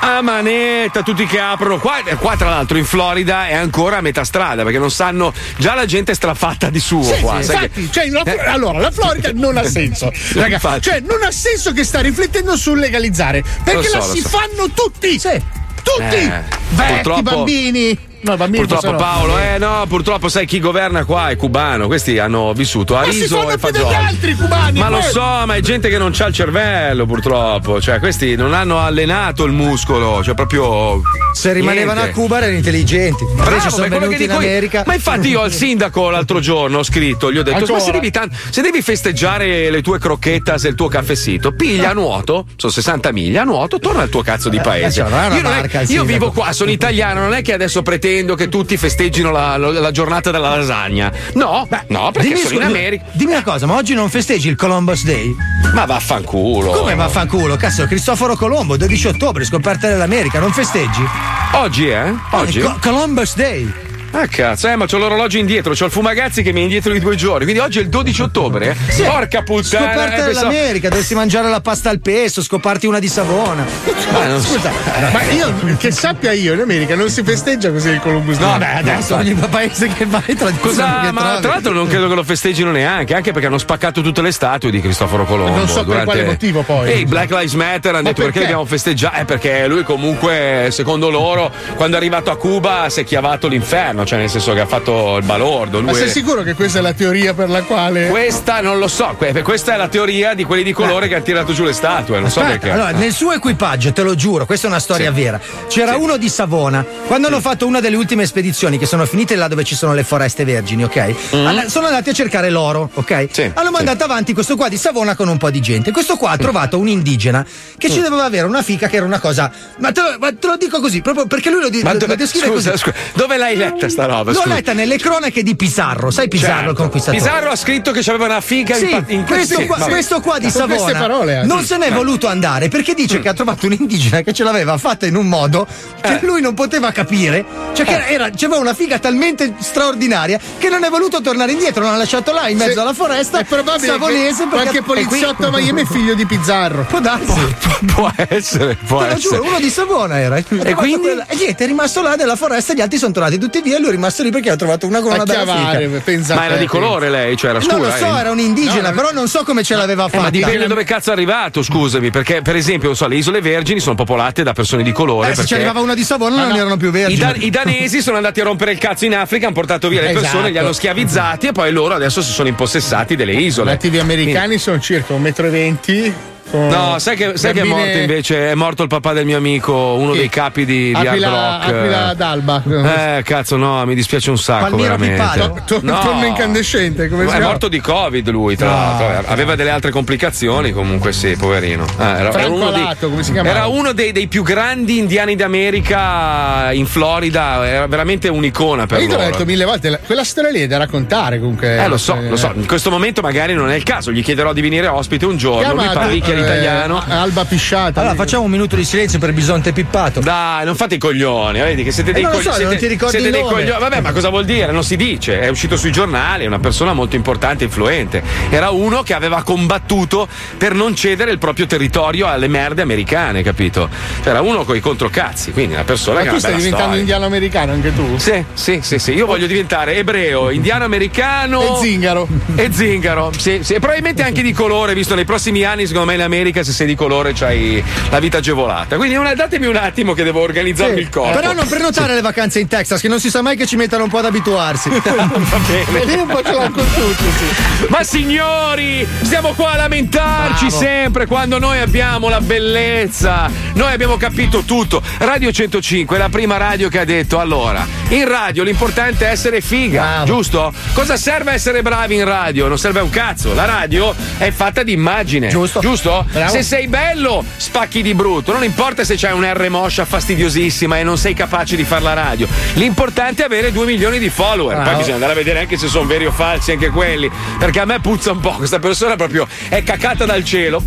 a manetta, tutti che aprono. Qua, qua tra l'altro in Florida è ancora a metà strada perché non sanno, già la gente è strafatta di suo sì, qua. Sì, sai infatti, che... cioè, la, allora la Florida non ha senso, ragazzi. Cioè, non ha senso che sta riflettendo sul legalizzare perché so, la si so. fanno tutti, sì. tutti, Eh, vecchi, purtroppo... bambini. No, purtroppo Paolo, eh no, purtroppo sai chi governa qua è cubano, questi hanno vissuto a ma riso si fanno e più degli fagioli. altri cubani, ma poi. lo so, ma è gente che non c'ha il cervello purtroppo, cioè questi non hanno allenato il muscolo, cioè proprio se rimanevano niente. a Cuba erano intelligenti. Bravo, invece sono venuti in America io. Ma infatti io al sindaco l'altro giorno ho scritto, gli ho detto Ancora? ma se devi, tan- se devi festeggiare le tue crocchettas e il tuo caffessito, piglia a nuoto, sono sessanta miglia a nuoto, torna al tuo cazzo di paese. Eh, cioè, non è una io non è- marca, il io sindaco. vivo qua, sono italiano, non è che adesso pretendo che tutti festeggino la, la, la giornata della lasagna. No, Beh, no, perché dimmi, sono in scusa, America. Dimmi una cosa, ma oggi non festeggi il Columbus Day? Ma vaffanculo. Come vaffanculo? Cazzo, Cristoforo Colombo, dodici ottobre, scoperta dell'America, non festeggi? Oggi, eh? Oggi? Eh, Co- Columbus Day. Ah cazzo, eh, ma c'ho l'orologio indietro, c'ho il Fumagazzi che mi è indietro di due giorni, quindi oggi è il dodici ottobre. Sì. Porca puttana. Scoperta eh, pensavo- dell'America, dovresti mangiare la pasta al pesto, scoparti una di Savona. Ma non so. Scusa, ma io che sappia io in America non si festeggia così il Columbus Day. No, beh, adesso ogni paese che vai tradizione Cosa? che Ma trovi. tra l'altro non credo che lo festeggino neanche, anche perché hanno spaccato tutte le statue di Cristoforo Colombo. Non so per quale motivo poi. E i Black Lives Matter hanno Ma detto perché? perché dobbiamo festeggiare? Eh, perché lui comunque, secondo loro, quando è arrivato a Cuba si è chiavato l'inferno, cioè nel senso che ha fatto il balordo. Lui Ma sei è- sicuro che questa è la teoria per la quale. Questa non lo so, que- questa è la teoria di quelli di colore che hanno tirato giù le statue, non so Aspetta, perché. allora, nel suo equipaggio, te lo giuro, questa è una storia Sì. vera. C'era Sì. uno di Savona. Quando hanno fatto una delle ultime spedizioni, che sono finite là dove ci sono le foreste vergini, ok? Mm. Alla- sono andati a cercare l'oro, ok? Sì, Hanno mandato avanti questo qua di Savona con un po' di gente. Questo qua ha trovato un indigena che ci doveva avere una fica che era una cosa. Ma te lo, ma te lo dico così, proprio perché lui lo, di- Ma lo, dove- lo descrive scusa, così. scusa, dove l'hai letta sta roba? L'ho Scusa. letta nelle cronache di Pizarro, sai Pizarro Certo. il conquistatore? Pizarro ha scritto che c'aveva una figa Sì, in, in questo, sì, qua, vabbè. questo qua di Con queste Savona parole, eh. non Sì. se n'è Eh. voluto andare perché dice che ha trovato un indigena che ce l'aveva fatta in un modo che Eh. lui non poteva capire, cioè che era, c'aveva una figa talmente straordinaria che non è voluto tornare indietro, l'hanno lasciato là in mezzo Sì. alla foresta È probabile savonese che perché- qualche poliziotto a Miami è figlio di Pizarro. Può darsi. Può essere, può Te lo essere. giuro, uno di Savona era. E quindi? E niente, è rimasto là nella foresta, gli altri sono tornati tutti via e lui è rimasto lì perché ha trovato una con A una bella chiavare, figa. pensa Ma a era te, di colore lei, cioè era scura. Non lo so, eh. era un indigena, No, però non so come ce l'aveva Eh, fatta. ma dipende dove cazzo è arrivato, scusami, perché per esempio, non so, le isole Vergini sono popolate da persone di colore. Eh, se perché ci arrivava uno di Savona Ma non no, erano più I, vergini. da- i danesi sono andati a rompere il cazzo in Africa, hanno portato via le persone, Esatto. li hanno schiavizzati e poi loro adesso si sono impossessati delle I isole. nativi americani sono circa un metro e venti. No, sai che, sai che è morto invece? È morto il papà del mio amico, uno Chi? dei capi di, di Hard Aquila, Rock. Aquila d'Alba. Eh, cazzo, no, mi dispiace un sacco. Palmiro veramente. Pippato? To- No. Tonno incandescente, come si È chiama? morto di Covid lui, tra No. l'altro. Aveva delle altre complicazioni, comunque sì, poverino. Eh, era, era Franco uno, dei, Alato, come si chiamava? era uno dei, dei più grandi indiani d'America in Florida, era veramente un'icona per Ma io te l'ho loro. detto mille volte, la- quella storia lì è da raccontare comunque. Eh, lo so, lo so. In questo momento magari non è il caso. Gli chiederò di venire ospite un giorno. Chiama, Lui parlicchia eh, l'italiano. Alba Pisciata. Allora facciamo un minuto di silenzio per Bisonte Pippato. Dai, non fate i coglioni, vedi che siete dei non lo coglioni. so, non siete, ti ricordi siete il dei nome. coglioni. Vabbè, ma cosa vuol dire? Non si dice. È uscito sui giornali, è una persona molto importante, influente. Era uno che aveva combattuto per non cedere il proprio territorio alle merde americane, capito? Cioè, era uno con i controcazzi, quindi una persona Ma che ha tu una stai bella diventando storia. indiano americano anche tu? Sì, sì, sì, sì. Io voglio diventare ebreo, indiano americano E zingaro. E zingaro, sì, sì. E probabilmente anche di colore, visto nei prossimi anni, secondo me in America se sei di colore c'hai la vita agevolata. Quindi una- datemi un attimo che devo organizzarmi Sì, il corpo. però non prenotare le vacanze in Texas, che non si sa mai che ci mettano un po' ad abituarsi. Va bene. Lì un po' ce l'hanno con tutti, sì. Ma signori, stiamo qua a lamentarci Bravo. sempre quando noi abbiamo la bellezza. Noi abbiamo capito tutto. Radio centocinque è la prima radio che ha detto: allora, in radio l'importante è essere figa, Bravo. giusto? Cosa serve essere bravi in radio? Non serve un cazzo. La radio è fatta di immagine. Giusto. Giusto? Bravo. Se sei bello, spacchi di brutto. Non importa se c'hai un R moscia fastidiosissima e non sei capace di fare la radio. L'importante è avere due milioni di follower. Poi Bravo. bisogna andare a vedere anche se sono veri o falsi anche quelli. Perché a me puzza un po'. Questa persona proprio è cacata dal cielo. Puff!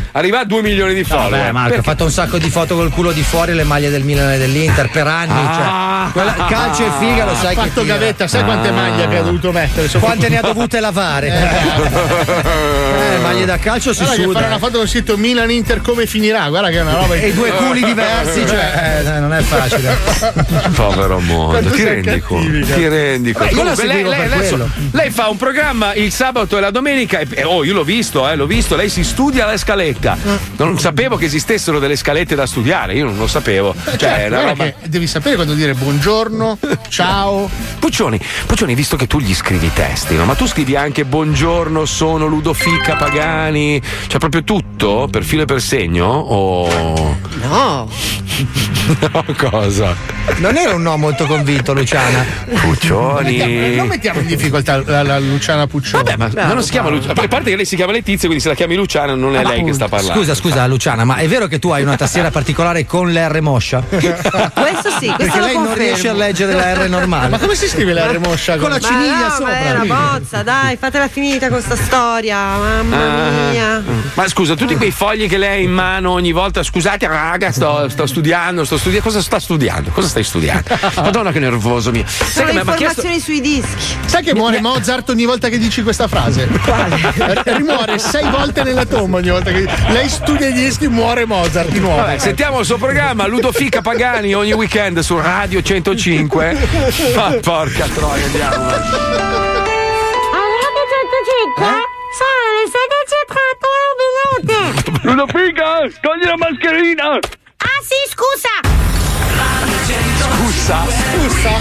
arriva a due milioni di follower. Vabbè, Marco, Perché? ha fatto un sacco di foto col culo di fuori, le maglie del Milan e dell'Inter per anni. Ah. Cioè, quella- calcio e figa lo sai ha che fatto tira. gavetta, sai quante Ah. maglie che ha dovuto mettere? Quante ne ha dovute lavare? Eh, maglie da calcio si Guarda che suda. fare una foto con il sito Milan Inter come finirà? Guarda che è una roba. E due culi diversi, cioè, eh, non è facile. Povero mondo, Quanto ti sei rendi conto? cattivi, Ti cazzo. rendi conto? Beh, io la Comunque, lei, seguivo lei per adesso- quello. lei fa un programma il sabato e la domenica e e- oh, io l'ho visto, eh, l'ho visto, lei si studia la scaletta. Non sapevo che esistessero delle scalette da studiare, io non lo sapevo. Cioè, Certo, è una guarda roba- che devi sapere quando dire buongiorno, ciao. Puccioni, Puccioni, visto che tu gli scrivi i testi, no? Ma tu scrivi anche buongiorno, sono Ludofica Pagani, cioè proprio tutto per filo e per segno? O No. no, cosa? Non era un no molto convinto, Luciana. Puccioni. Non mettiamo in difficoltà la, la Luciana Puccioni. Vabbè, ma non si chiama Luciana. A parte che lei si chiama Letizia, quindi se la chiami Luciana non è lei che sta parlando. Scusa, scusa, Luciana, ma è vero che tu hai una tastiera particolare con l'R moscia? Questo sì, questo Perché lo lei non confermo. riesce a leggere la R normale. Ma come si scrive la R moscia? Con la Ma ciniglia no, sopra. ma è una bozza, dai, fatela finita con sta storia, mamma mia. Ma scusa, tutti quei fogli che lei ha in mano ogni volta, scusate raga, sto, sto studiando, sto studiando. Cosa sta studiando? Cosa stai studiando? Madonna che nervoso mio. Sai Sono che mi ha informazioni chiesto. sui dischi. Sai che muore Mozart ogni volta che dici questa frase? R- Rimuore sei volte nella tomba ogni volta che lei studia i dischi, muore Mozart di nuovo. Vabbè, sentiamo il suo programma Ludofica Pagani ogni weekend su Radio centocinque. Ma porca troia, andiamo. A Radio centocinque sono le sedici e trentadue minuti. Ludofica, togli la mascherina. Ah sì, scusa. Scusa. Scusa.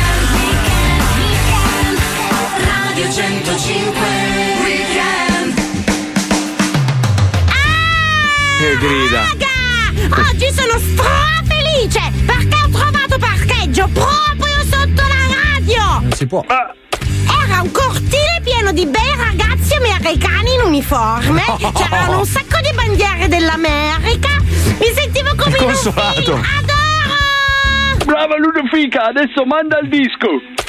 Radio centocinque Weekend. Che grida. Raga, oggi sono strafelice perché ho trovato parcheggio proprio sotto la radio. Non si può. Era un cortile pieno di bei ragazzi americani in uniforme. C'erano un sacco di bandiere dell'America. Mi sentivo come in un Consolato. film. Adoro! Brava Ludofica, adesso manda il disco.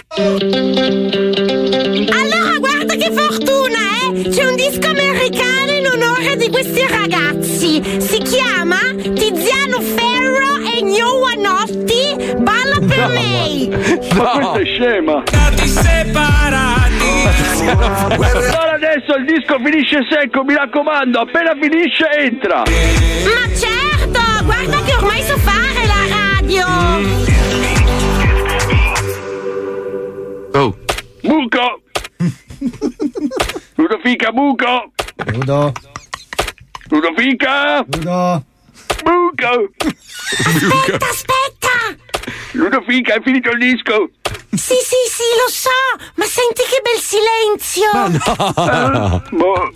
Allora guarda che fortuna, eh! C'è un disco americano in onore di questi ragazzi. Si chiama Tiziano Ferro e Giovanotti. Balla per me. Ma questa è scema. Allora adesso il disco finisce secco, mi raccomando, appena finisce entra. Ma certo, guarda che ormai so fare la radio. Oh. Buco. Ludofica, buco. Ludo. Ludofica. Ludo. Buco. Aspetta, aspetta. Ludofica, è finito il disco. Sì, sì, sì, lo so, ma senti che bel silenzio. No. Boh.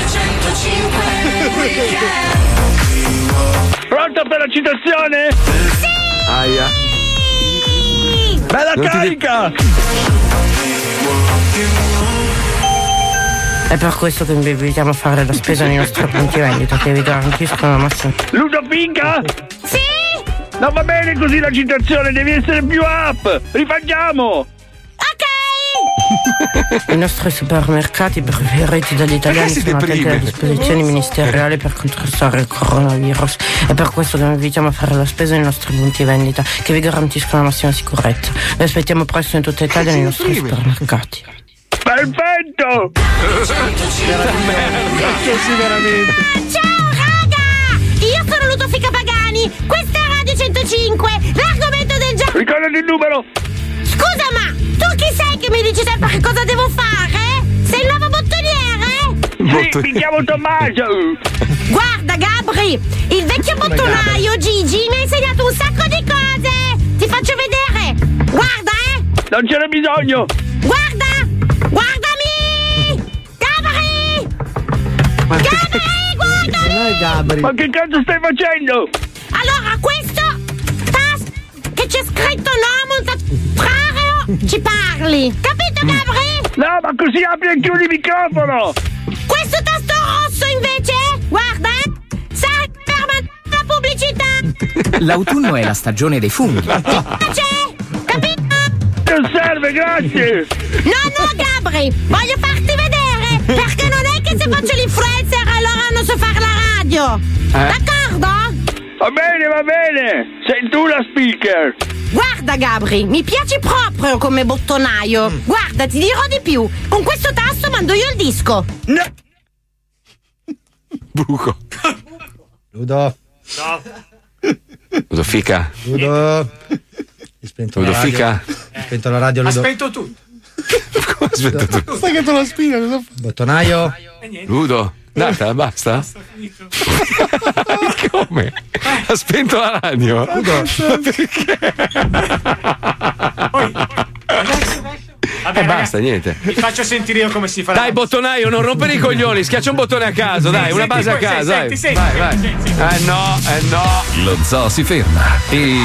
Pronto per la citazione? Sì. Aia. Bella Non ti carica. È per questo che vi invitiamo a fare la spesa nei nostri punti vendita, che vi garantiscono la massima. Ludofica? Sì? Non va bene così la citazione, devi essere più up. Rifacciamo. I nostri supermercati preferiti dagli italiani si sono attenti deprime? alle disposizioni ministeriali per contrastare il coronavirus. È per questo che vi invitiamo a fare la spesa nei nostri punti vendita, che vi garantiscono la massima sicurezza. Vi aspettiamo presto in tutta Italia nei nostri supermercati. Perfetto! Così veramente. Ciao raga! Io sono Ludofica Pagani, questa è Radio centocinque, l'argomento del giorno. Ricordati il numero! Scusa, ma tu chi sei che mi dici sempre che cosa devo fare? Sei il nuovo bottoniere? Sì, mi chiamo Tommaso! Guarda Gabri, il vecchio bottonaio Gigi mi ha insegnato un sacco di cose. Ti faccio vedere. Guarda, eh! Non c'era bisogno! Guarda! Guardami! Gabri! Gabri, guardami! Non è Gabri. Ma che cazzo stai facendo? Allora, questo tasto che c'è scritto no, montatrareo, ci parli. Capito, Gabri? No, ma così apri e chiudi il microfono! Questo tasto rosso invece, guarda, eh, serve per mandare la pubblicità. L'autunno è la stagione dei funghi. C'è, capito? Non serve, grazie! No, no, Gabri, voglio farti vedere, perché non è che se faccio l'influencer allora non so fare la radio. d'accordo? Eh? D'accordo? Va bene, va bene. Sei tu la speaker. Guarda Gabri, mi piaci proprio come bottonaio. Mm. Guarda, ti dirò di più. Con questo tasto mando io il disco. No. Buco. Ludo. No. Ludo fica. Ludo. Hai spento Ludo la radio. fica. Hai spento la radio, Ludo. Ha spento tutto. Come aspetta tu? Sai che te lo spina, cosa fa? Bottonaio. Ludo. Data, basta? Come? Ha spento la radio? Ludo. Perché? Vabbè, eh, basta, niente. Vi faccio sentire io come si fa. Dai, bottonaio, non rompere i coglioni, schiaccia un bottone a caso, dai, una base a caso, dai. Senti, vai, senti, vai. senti, senti. Eh no, eh no. Lo zoo si ferma e...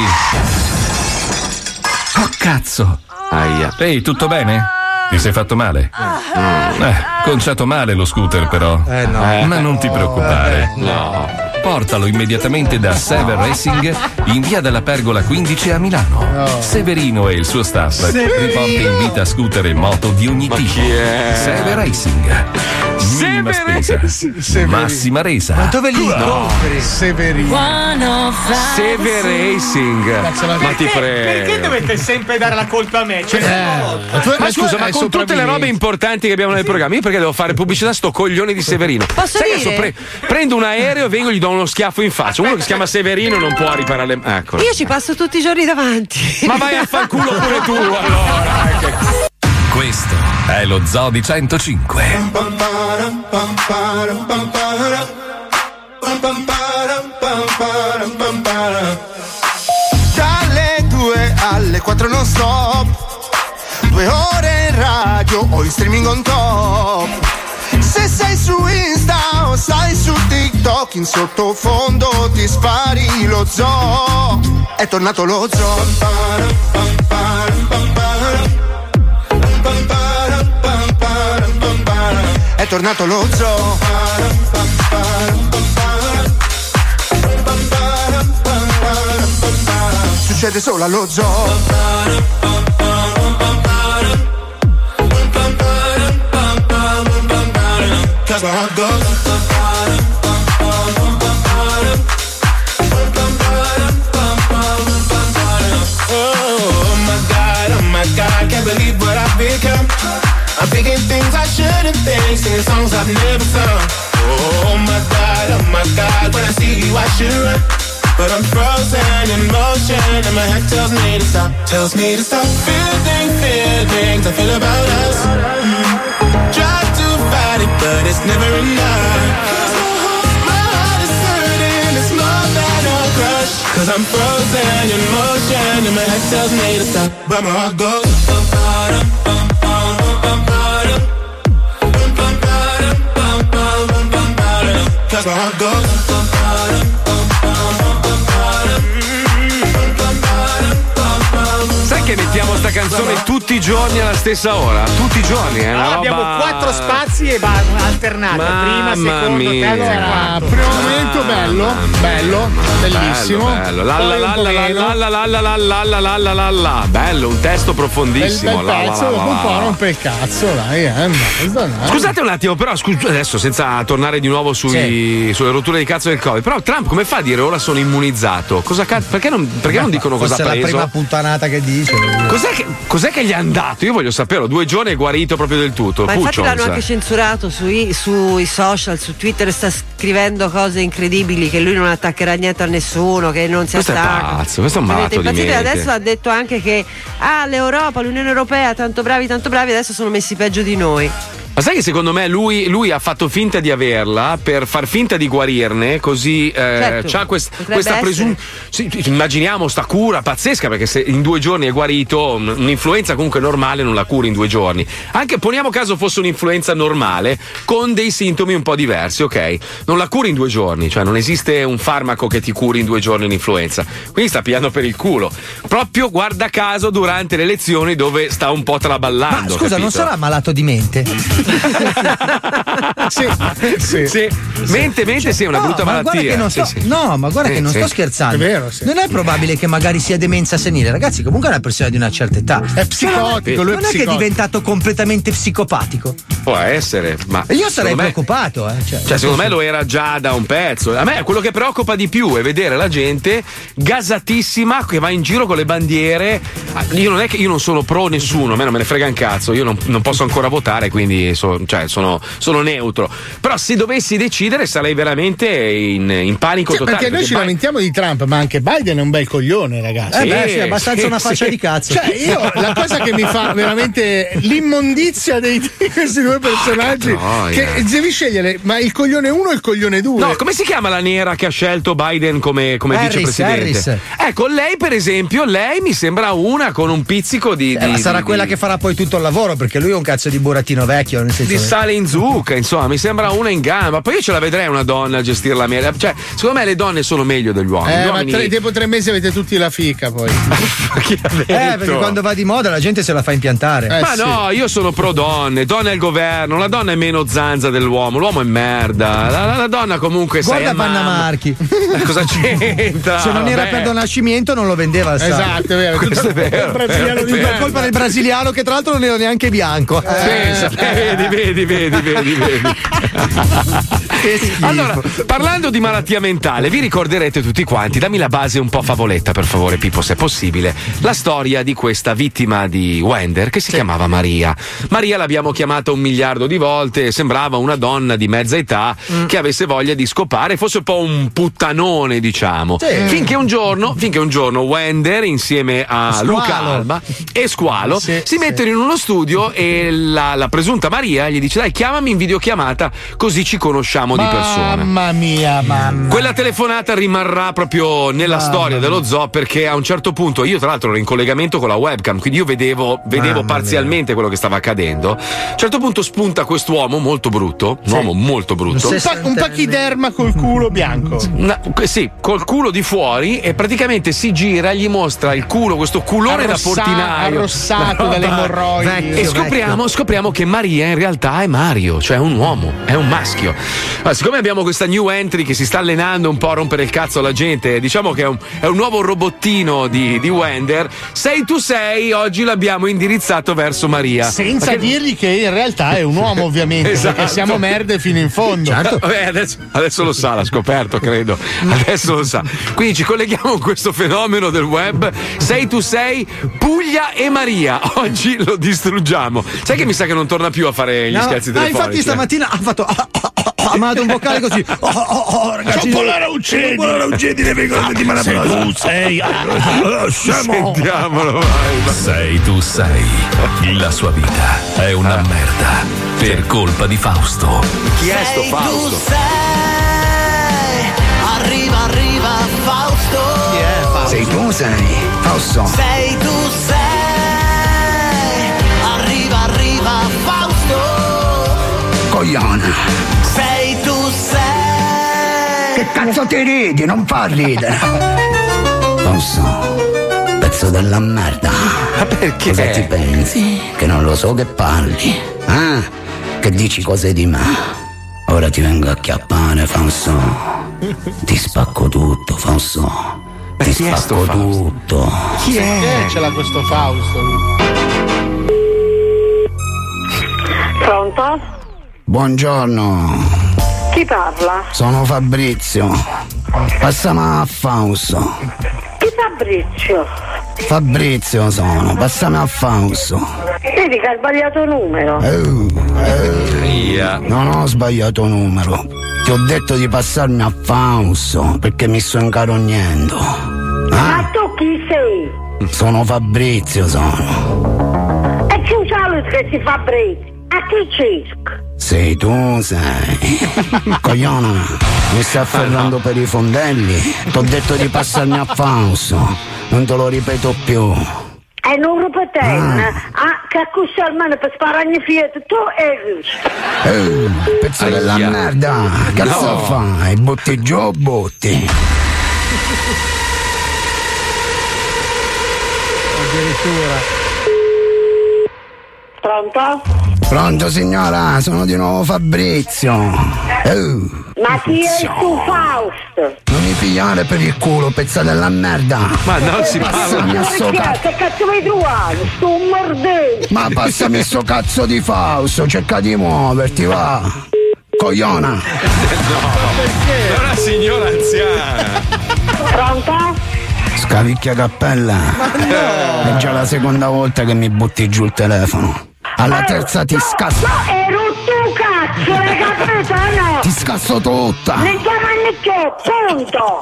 Oh cazzo! Aia. Ehi, tutto bene? Ti sei fatto male? Mm. Eh, conciato male lo scooter però. Eh no. Ma non ti preoccupare. Eh, no. Portalo immediatamente da Sever Racing in via della Pergola quindici a Milano. No. Severino e il suo staff Severino. riporta in vita scooter e moto di ogni Ma tipo. chi è? Sever Racing. Minima spesa. Severino. Massima resa. Ma dove li compri? Severino. Sever Racing. Ma ti prego. Perché dovete sempre dare la colpa a me? Cioè, Eh, tu- Ma tu scusa, ma hai con tutte le sopravvissuto. robe importanti che abbiamo nel programma, io perché devo fare pubblicità a sto coglione di Severino? Posso Sai che dire? so, pre- prendo un aereo e vengo e gli do uno schiaffo in faccia. Uno che si chiama Severino non può riparare le. Ecco. Io ci passo tutti i giorni davanti. Ma vai a fanculo pure tu, allora. eh, che- Questo è lo Zoo di centocinque. Dalle due alle quattro non stop, due ore in radio o in streaming on top. Se sei su Insta o stai su TikTok, in sottofondo ti spari lo zoo. È tornato lo zoo. È tornato lo zoo. Succede solo allo zoo. That's how it goes. Oh my God, oh my God, can't believe what I've become. I'm thinking things I shouldn't think, singing songs I've never sung. Oh my God, oh my God, when I see you I should run, but I'm frozen in motion and my head tells me to stop, tells me to stop. Feeling, feelings I feel about us. Mm. Try to fight it, but it's never enough. Cause I'm frozen in motion and my head tells me to stop, but my heart goes. Cause my heart goes. Sai che mettiamo sta canzone tutti i giorni alla stessa ora? Tutti i giorni, è una no, roba... abbiamo quattro spazi e va alternata. Prima, Mamma secondo, mia. terzo e Ah, quarto. primo momento bello, bello, bellissimo. Bello, la la Poi la un po' la meno. la la la la la la la la la la la. Bello, un testo Bel, profondissimo. bel La, la, pezzo, la, dopo la, un po' la. rompe il cazzo, dai, eh, basta, dai. Scusate un attimo, però scu- adesso senza tornare di nuovo sui, sulle rotture di cazzo del Covid. Però Trump come fa a dire ora sono immunizzato? Cosa cazzo? Perché non, perché non dicono cosa ha Forse è la preso? prima puttanata che dice. Cos'è che, cos'è che gli hanno dato? Io voglio saperlo. Due giorni è guarito proprio del tutto. Ma infatti Puccions. l'hanno anche censurato sui, sui social, su Twitter, sta scrivendo cose incredibili, che lui non attaccherà niente a nessuno, che non si Questo è attacca. pazzo, questo è un Vedete, matto di impazzite. mente. Adesso ha detto anche che ah, l'Europa, l'Unione Europea, tanto bravi, tanto bravi, adesso sono messi peggio di noi. Ma sai che secondo me lui, lui ha fatto finta di averla per far finta di guarirne, così eh, Certo, c'ha quest- potrebbe questa presunzione. essere. Sì, immaginiamo sta cura pazzesca, perché se in due giorni è guarito, un- un'influenza comunque normale non la curi in due giorni. Anche poniamo caso fosse un'influenza normale con dei sintomi un po' diversi, ok? Non la curi in due giorni, cioè non esiste un farmaco che ti curi in due giorni un'influenza. Quindi sta pigliando per il culo. Proprio guarda caso durante le elezioni dove sta un po' traballando. Ma scusa, non capito? sarà malato di mente? sì, sì. sì. Mente, mente, sì, è una no, brutta ma malattia. Che non sto, sì, sì. No, ma guarda sì, che non sì. sto scherzando. È vero, sì. Non è probabile che magari sia demenza senile, ragazzi. Comunque è una persona di una certa età. È psicotico, lui è non è che è psicotico. diventato completamente psicopatico. Può essere, ma. E io sarei me, preoccupato, eh. Cioè, cioè secondo me lo era già da un pezzo. A me quello che preoccupa di più è vedere la gente gasatissima che va in giro con le bandiere. Io non è che io non sono pro nessuno, a me non me ne frega un cazzo, io non, non posso ancora votare, quindi so, cioè, sono, sono neutro. Però se dovessi decidere sarei veramente in, in panico sì, totale. Perché noi perché ci lamentiamo di Trump, ma anche Biden è un bel coglione, ragazzi. Eh beh, sì, abbastanza sì, una faccia sì. di cazzo. Cioè, io la cosa che mi fa veramente l'immondizia dei, di questi due personaggi, oh, che yeah. devi scegliere, ma il coglione uno o il coglione due? No, come si chiama la nera che ha scelto Biden come, come Harris, vicepresidente? Harris. Ecco, lei per esempio, lei mi sembra una con un pizzico di. Eh, di ma sarà di, quella di, che farà poi tutto il lavoro, perché lui è un cazzo di burattino vecchio. Nel senso di che... sale in zucca, insomma, mi sembra una in gamba. Poi io ce la vedrei una donna a gestire la mela. Cioè, secondo me le donne sono meglio degli uomini. Eh, Gli ma uomini... tre, dopo tre mesi avete tutti la fica poi. Chi ha detto? Eh, perché quando va di moda la gente se la fa impiantare. Eh, ma sì. no, io sono pro donne, donne al governo, la donna è meno zanza dell'uomo, l'uomo è merda, la, la, la donna comunque guarda sai. Vanna Marchi. Cosa c'entra? Se non era Vabbè. per Don Nascimento non lo vendeva al Esatto, è vero. Questo è vero. Brasiliano è di vero. Per colpa del brasiliano che tra l'altro non era neanche bianco. Eh, Pensa, eh, vedi, vedi, vedi, vedi, vedi. Allora, parlando di malattia mentale, vi ricorderete tutti quanti, dammi la base un po' favoletta per favore Pippo se è possibile, la storia di questa vittima di Wender che si sì. chiamava Maria. Maria l'abbiamo chiamata un miliardo di volte, sembrava una donna di mezza età mm. che avesse voglia di scopare, fosse un po' un puttanone diciamo, sì. finché un giorno, finché un giorno Wender insieme a Squalo. Luca Alba e Squalo sì, si mettono in uno studio e la, la presunta Maria gli dice dai chiamami in videochiamata così ci conosciamo di persona. Mamma mia, mamma. Quella telefonata rimarrà proprio nella mamma storia dello zoo perché a un certo punto io tra l'altro ero in collegamento con la webcam quindi io vedevo, vedevo parzialmente mia. quello che stava accadendo. A un certo punto spunta quest'uomo molto brutto, un sì. uomo molto brutto, un, pa- un pachiderma col culo bianco. Una, sì, col culo di fuori e praticamente si gira, gli mostra il culo, questo culone Arrossa, da portinaio arrossato dalle emorroidi vecchio, e scopriamo, scopriamo che Maria in realtà è Mario, cioè un uomo, è un maschio. Allora, siccome abbiamo questa new entry che si sta allenando un po' a rompere il cazzo alla gente, diciamo che è un, è un nuovo robottino di, di Wender, sei tu sei oggi l'abbiamo indirizzato verso Maria senza perché... dirgli che in realtà è un uomo ovviamente esatto. perché siamo merde fino in fondo certo. Vabbè, adesso, adesso lo sa, l'ha scoperto credo adesso lo sa, quindi ci colleghiamo con questo fenomeno del web. sei tu sei Puglia e Maria oggi lo distruggiamo. Sai che mi sa che non torna più a fare gli no, scherzi telefonici. Ah, infatti stamattina ha fatto ha mandato un vocale così. Oh, oh, oh, ragazzi. Cioccolare uccidi. Cioccolare uccidi le vengono la settimana prossima. Tu sei. Sentiamolo, vai. Sei tu sei. La sua vita è una ah. merda. Per colpa di Fausto. Chi è sto Fausto? Tu sei. Arriva, arriva Fausto. Chi è Fausto? Sei tu sei. Fausto. Sei tu sei. Arriva, arriva Fausto. Coglione. Sei tu sei. Che cazzo ti ridi? Non fa ridere. Fausto. Pezzo della merda. Ma perché? Cosa ti pensi? Che non lo so che parli. Ah? Che dici cose di me. Ora ti vengo a chiappare, Fausto. Ti spacco tutto, Fausto. Ti spacco tutto. Chi è? Perché ce l'ha questo Fausto? Pronto? Buongiorno. Chi parla? Sono Fabrizio. Passami a Fausto. Chi Fabrizio? Fabrizio sono, passami a Fausto. Vedi che hai sbagliato numero. Uh, uh, non ho sbagliato numero. Ti ho detto di passarmi a Fausto perché mi sto incarognendo. Ah? Ma tu chi sei? Sono Fabrizio, sono. E chi saluto che si Fabrizio? A chi cisco? Sei tu, sei. Coglione, mi stai afferrando per i fondelli. T'ho detto di passarmi a Fausto. Non te lo ripeto più. E non ripetendo. Ah. ah, che accusi almeno per spararmi fiete tu e il uh, pezzo Aia. della merda. Cazzo no. fai? Butti giù o butti? Addirittura. Pronto? Pronto signora, sono di nuovo Fabrizio. Oh, Ma chi è tu, Fausto? non mi pigliare per il culo, pezza della merda. Ma non si Passami a sto cazzo. Che cazzo mi trovare? Sto mordendo. Ma passami sto cazzo di Fausto, cerca di muoverti, va. Cogliona. No, è una signora anziana. Pronto? Scavicchia cappella. È già la seconda volta che mi butti giù il telefono. Alla terza ti scasso. No, ero tu cazzo, l'hai capito no? Ti scasso tutta. Ne chiamano che, punto.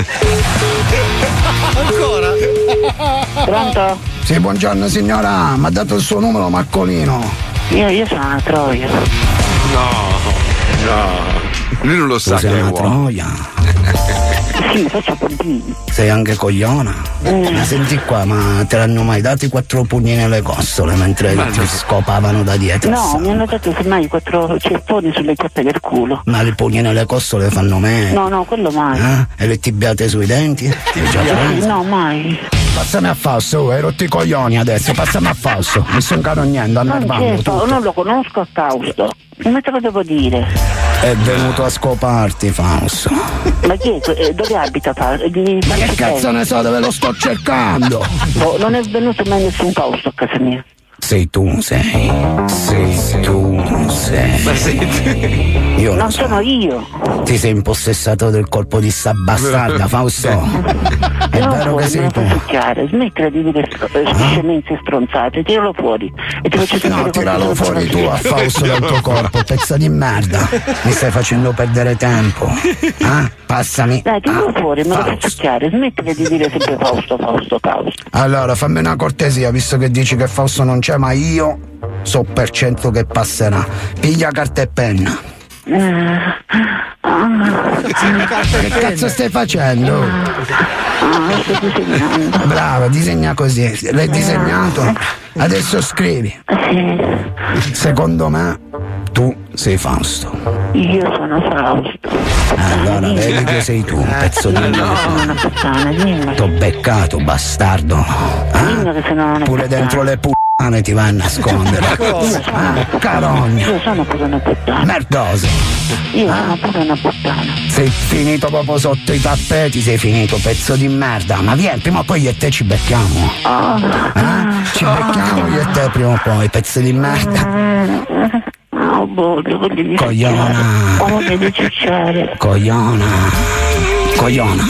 Ancora? Pronto? Sì, buongiorno signora, mi ha dato il suo numero Marcolino. Io, io sono una troia. No, no. Lui non lo Tu sa sei che è una uomo. troia. Sì, faccio puntini. Sei anche cogliona. Mm. Ma senti qua, ma te l'hanno mai dati quattro pugni nelle costole mentre Ma ti no. scopavano da dietro? No, mi hanno dato semmai quattro ceffoni sulle chiappe del culo. Ma le pugni nelle costole fanno me. No, no, quello mai. Eh? E le tibbiate sui denti? Ti hai già preso? No, mai. Passami a Fausto, oh, hai rotto i coglioni adesso, passami a Fausto. Mi sto incarognando, Non annervando c'è, tutto. non lo conosco a Fausto. Come te lo devo dire? È venuto a scoparti, Fausto. Ma chi è? que- eh, Dove abita Fausto? Di Ma che cazzo ne so dove lo sto cercando? Oh, non è venuto mai nessun Fausto a casa mia. Sei tu, sei. Sei tu, sei. Ma sei Io lo Non so. sono io. Ti sei impossessato del colpo di sta bastarda, Fausto. È Non vero puoi, che sei me tu. lo fai succhiare. Smettila di dire sc- eh, scemenze stronzate. Tiralo fuori. E ti faccio sentire No, tiralo qualcosa fuori da tu a dire. Fausto dal tuo corpo, pezzo di merda. Mi stai facendo perdere tempo. Ah, passami. Dai, tiralo Ah, fuori, me lo fai Fausto. succhiare. Smettila di dire sempre Fausto, Fausto, Fausto. Allora, fammi una cortesia, visto che dici che Fausto non c'è, ma io so per cento che passerà. Piglia carta e penna. Che cazzo stai facendo? Brava, disegna così. L'hai disegnato? Adesso scrivi. Secondo me tu sei Fausto. Io sono Fausto. Allora vedi che sei tu, un pezzo di Io sono una puttana, dimmi. T'ho beccato, bastardo. Dimmi che sono una Pure puttana. dentro le puttane ti vai a nascondere. Ah, carogna. Io sono pure una puttana. Merdoso. Io sono pure una puttana. Sei finito proprio sotto i tappeti, sei finito, pezzo di merda. Ma vieni, prima o poi io e te ci becchiamo. Eh? Ci becchiamo io e te prima o poi, pezzo di merda. Oh, voglio, voglio di Cogliona. Ho voglia di ciucciare. Cogliona. Cogliona.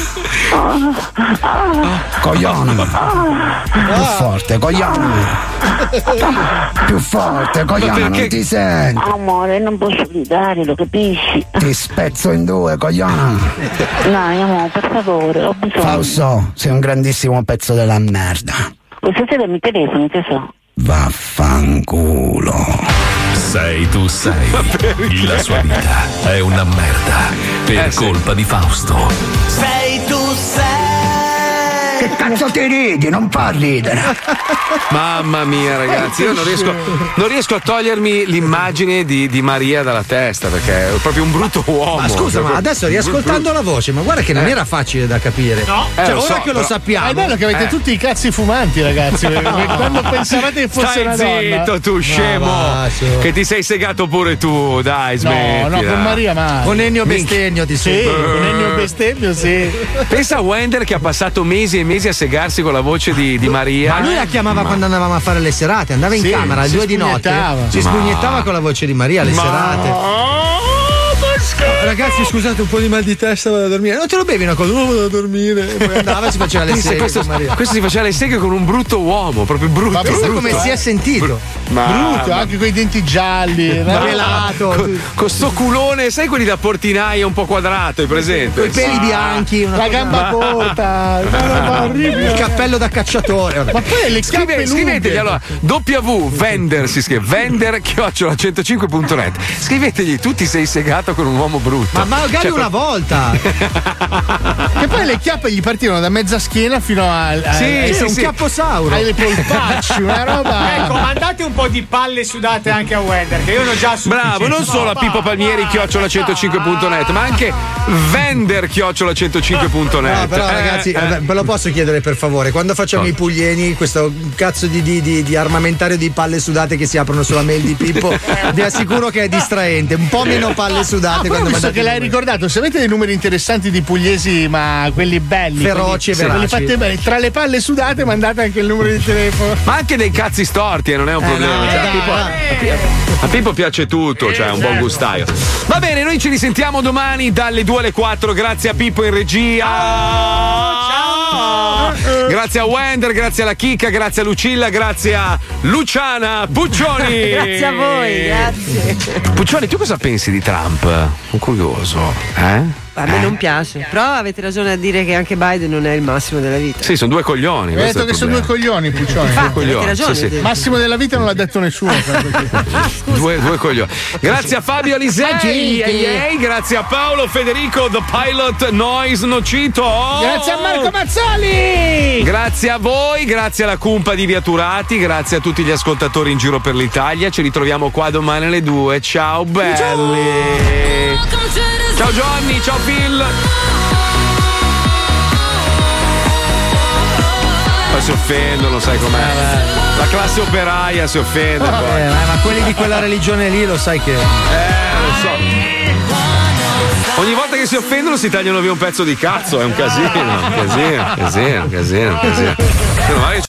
Cogliona. Più forte, cogliona. Più forte, cogliona, non ti senti. Amore, non posso gridare, lo capisci? Ti spezzo in due, cogliona. Dai, amore, per favore, ho bisogno. Fausto, sei un grandissimo pezzo della merda. Questa sera mi telefoni, che so? Vaffanculo. Sei tu sei. La sua vita è una merda. Per colpa di Fausto. Sei tu sei. Che cazzo ti ridi? Non fa ridere. Mamma mia, ragazzi, io non riesco, non riesco a togliermi l'immagine di, di Maria dalla testa perché è proprio un brutto uomo. Ma scusa, ma adesso riascoltando la voce, ma guarda che non Eh. era facile da capire. No. Cioè, Eh, lo ora so, che lo però- sappiamo. Ma è bello che avete Eh. tutti i cazzi fumanti, ragazzi. perché Quando pensavate che fosse Stai una donna. zitto, tu scemo. va, su. Che ti sei segato pure tu, dai, No, smettila. no, con Maria mai. Con Ennio Minchia. Bestemmio ti Sì, sento. con Ennio Bestemmio, sì. Pensa a Wender che ha passato mesi e mesi a segarsi con la voce di, di Maria. Ma lui la chiamava Ma- quando andavamo a fare le serate, andava in Sì, camera alle si due di notte, spugnettava. si Ma- spugnettava con la voce di Maria alle Ma- serate. Ragazzi, scusate, un po' di mal di testa, vado a dormire. Non te lo bevi una cosa, no, vado a dormire. E poi andava e si faceva le Pensa, seghe questo, con Maria. questo si faceva le seghe con un brutto uomo, proprio brutto. Ma Pensa brutto, come eh. si è sentito. Ma- Brutto, ma- anche con i denti gialli, rivelato. Con, con sto culone, sai quelli da portinaio un po' quadrato, hai presente? Con i peli Ah. bianchi, una La cosa- gamba corta, una roba orribile. il cappello da cacciatore. vabbè. Ma poi le Scrive, schiappe scrivetegli lunghe. allora W Vender si scrive Vender chiocciola centocinque punto net. Scrivetegli tu ti sei segato con un uomo brutto. Ma magari Cioè, una volta. Che poi le chiappe gli partivano da mezza schiena fino a. a Sì, a- sì, un sì. chiapposauro. Hai le polpacci, una roba. Ecco, mandate un po' di palle sudate anche a Wender, che io ne ho già sufficiente. Bravo, non solo a Pippo Palmieri chiocciola centocinque punto net, ma anche Vender chiocciola centocinque punto net. No, però Eh, ragazzi, eh. ve lo posso chiedere per favore? Quando facciamo Cosa? i puglieni, questo cazzo di, di, di, di armamentario di palle sudate che si aprono sulla mail di Pippo, vi assicuro che è distraente. Un po' meno palle sudate. Ah, però quando visto mandate che i l'hai numeri. ricordato, se avete dei numeri interessanti di pugliesi, ma quelli belli, Feroci e quelli, veraci. quelli fatti bene, tra le palle sudate mandate anche il numero di telefono. Ma anche dei cazzi storti, eh, non è un Eh, problema. no, cioè, a, dai, Pippo, dai. a Pippo piace tutto, cioè è un buon gustaio. Va bene, noi ci risentiamo domani dalle due alle quattro. Grazie a Pippo in regia. Ciao. Grazie a Wender, grazie alla Chicca, grazie a Lucilla, grazie a Luciana Puccioni. Grazie a voi, grazie. Puccioni, tu cosa pensi di Trump? Sono curioso, eh? A me Eh? non piace, però avete ragione a dire che anche Biden non è il massimo della vita. Sì, sono due coglioni. Hai questo detto è il che sono due problema. coglioni, Puccioni. Infatti, Due coglioni, avete ragione, sì, sì. avete- Massimo della vita non l'ha detto nessuno. Due, due coglioni. Grazie a Fabio Alisei, ehi, ehi, grazie a Paolo Federico, The Pilot Noise Nocito. Grazie a Marco Mazzoli. Grazie a voi, grazie alla cumpa di Viaturati, grazie a tutti gli ascoltatori in giro per l'Italia. Ci ritroviamo qua domani alle due. Ciao belli. Ciao Johnny, ciao Phil. Poi si offendono, sai com'è? La classe operaia si offende. Vabbè, poi. eh, ma quelli di quella religione lì lo sai che. Eh, lo so. Ogni volta che si offendono si tagliano via un pezzo di cazzo, è un casino, casino, casino, casino, casino. Meno male che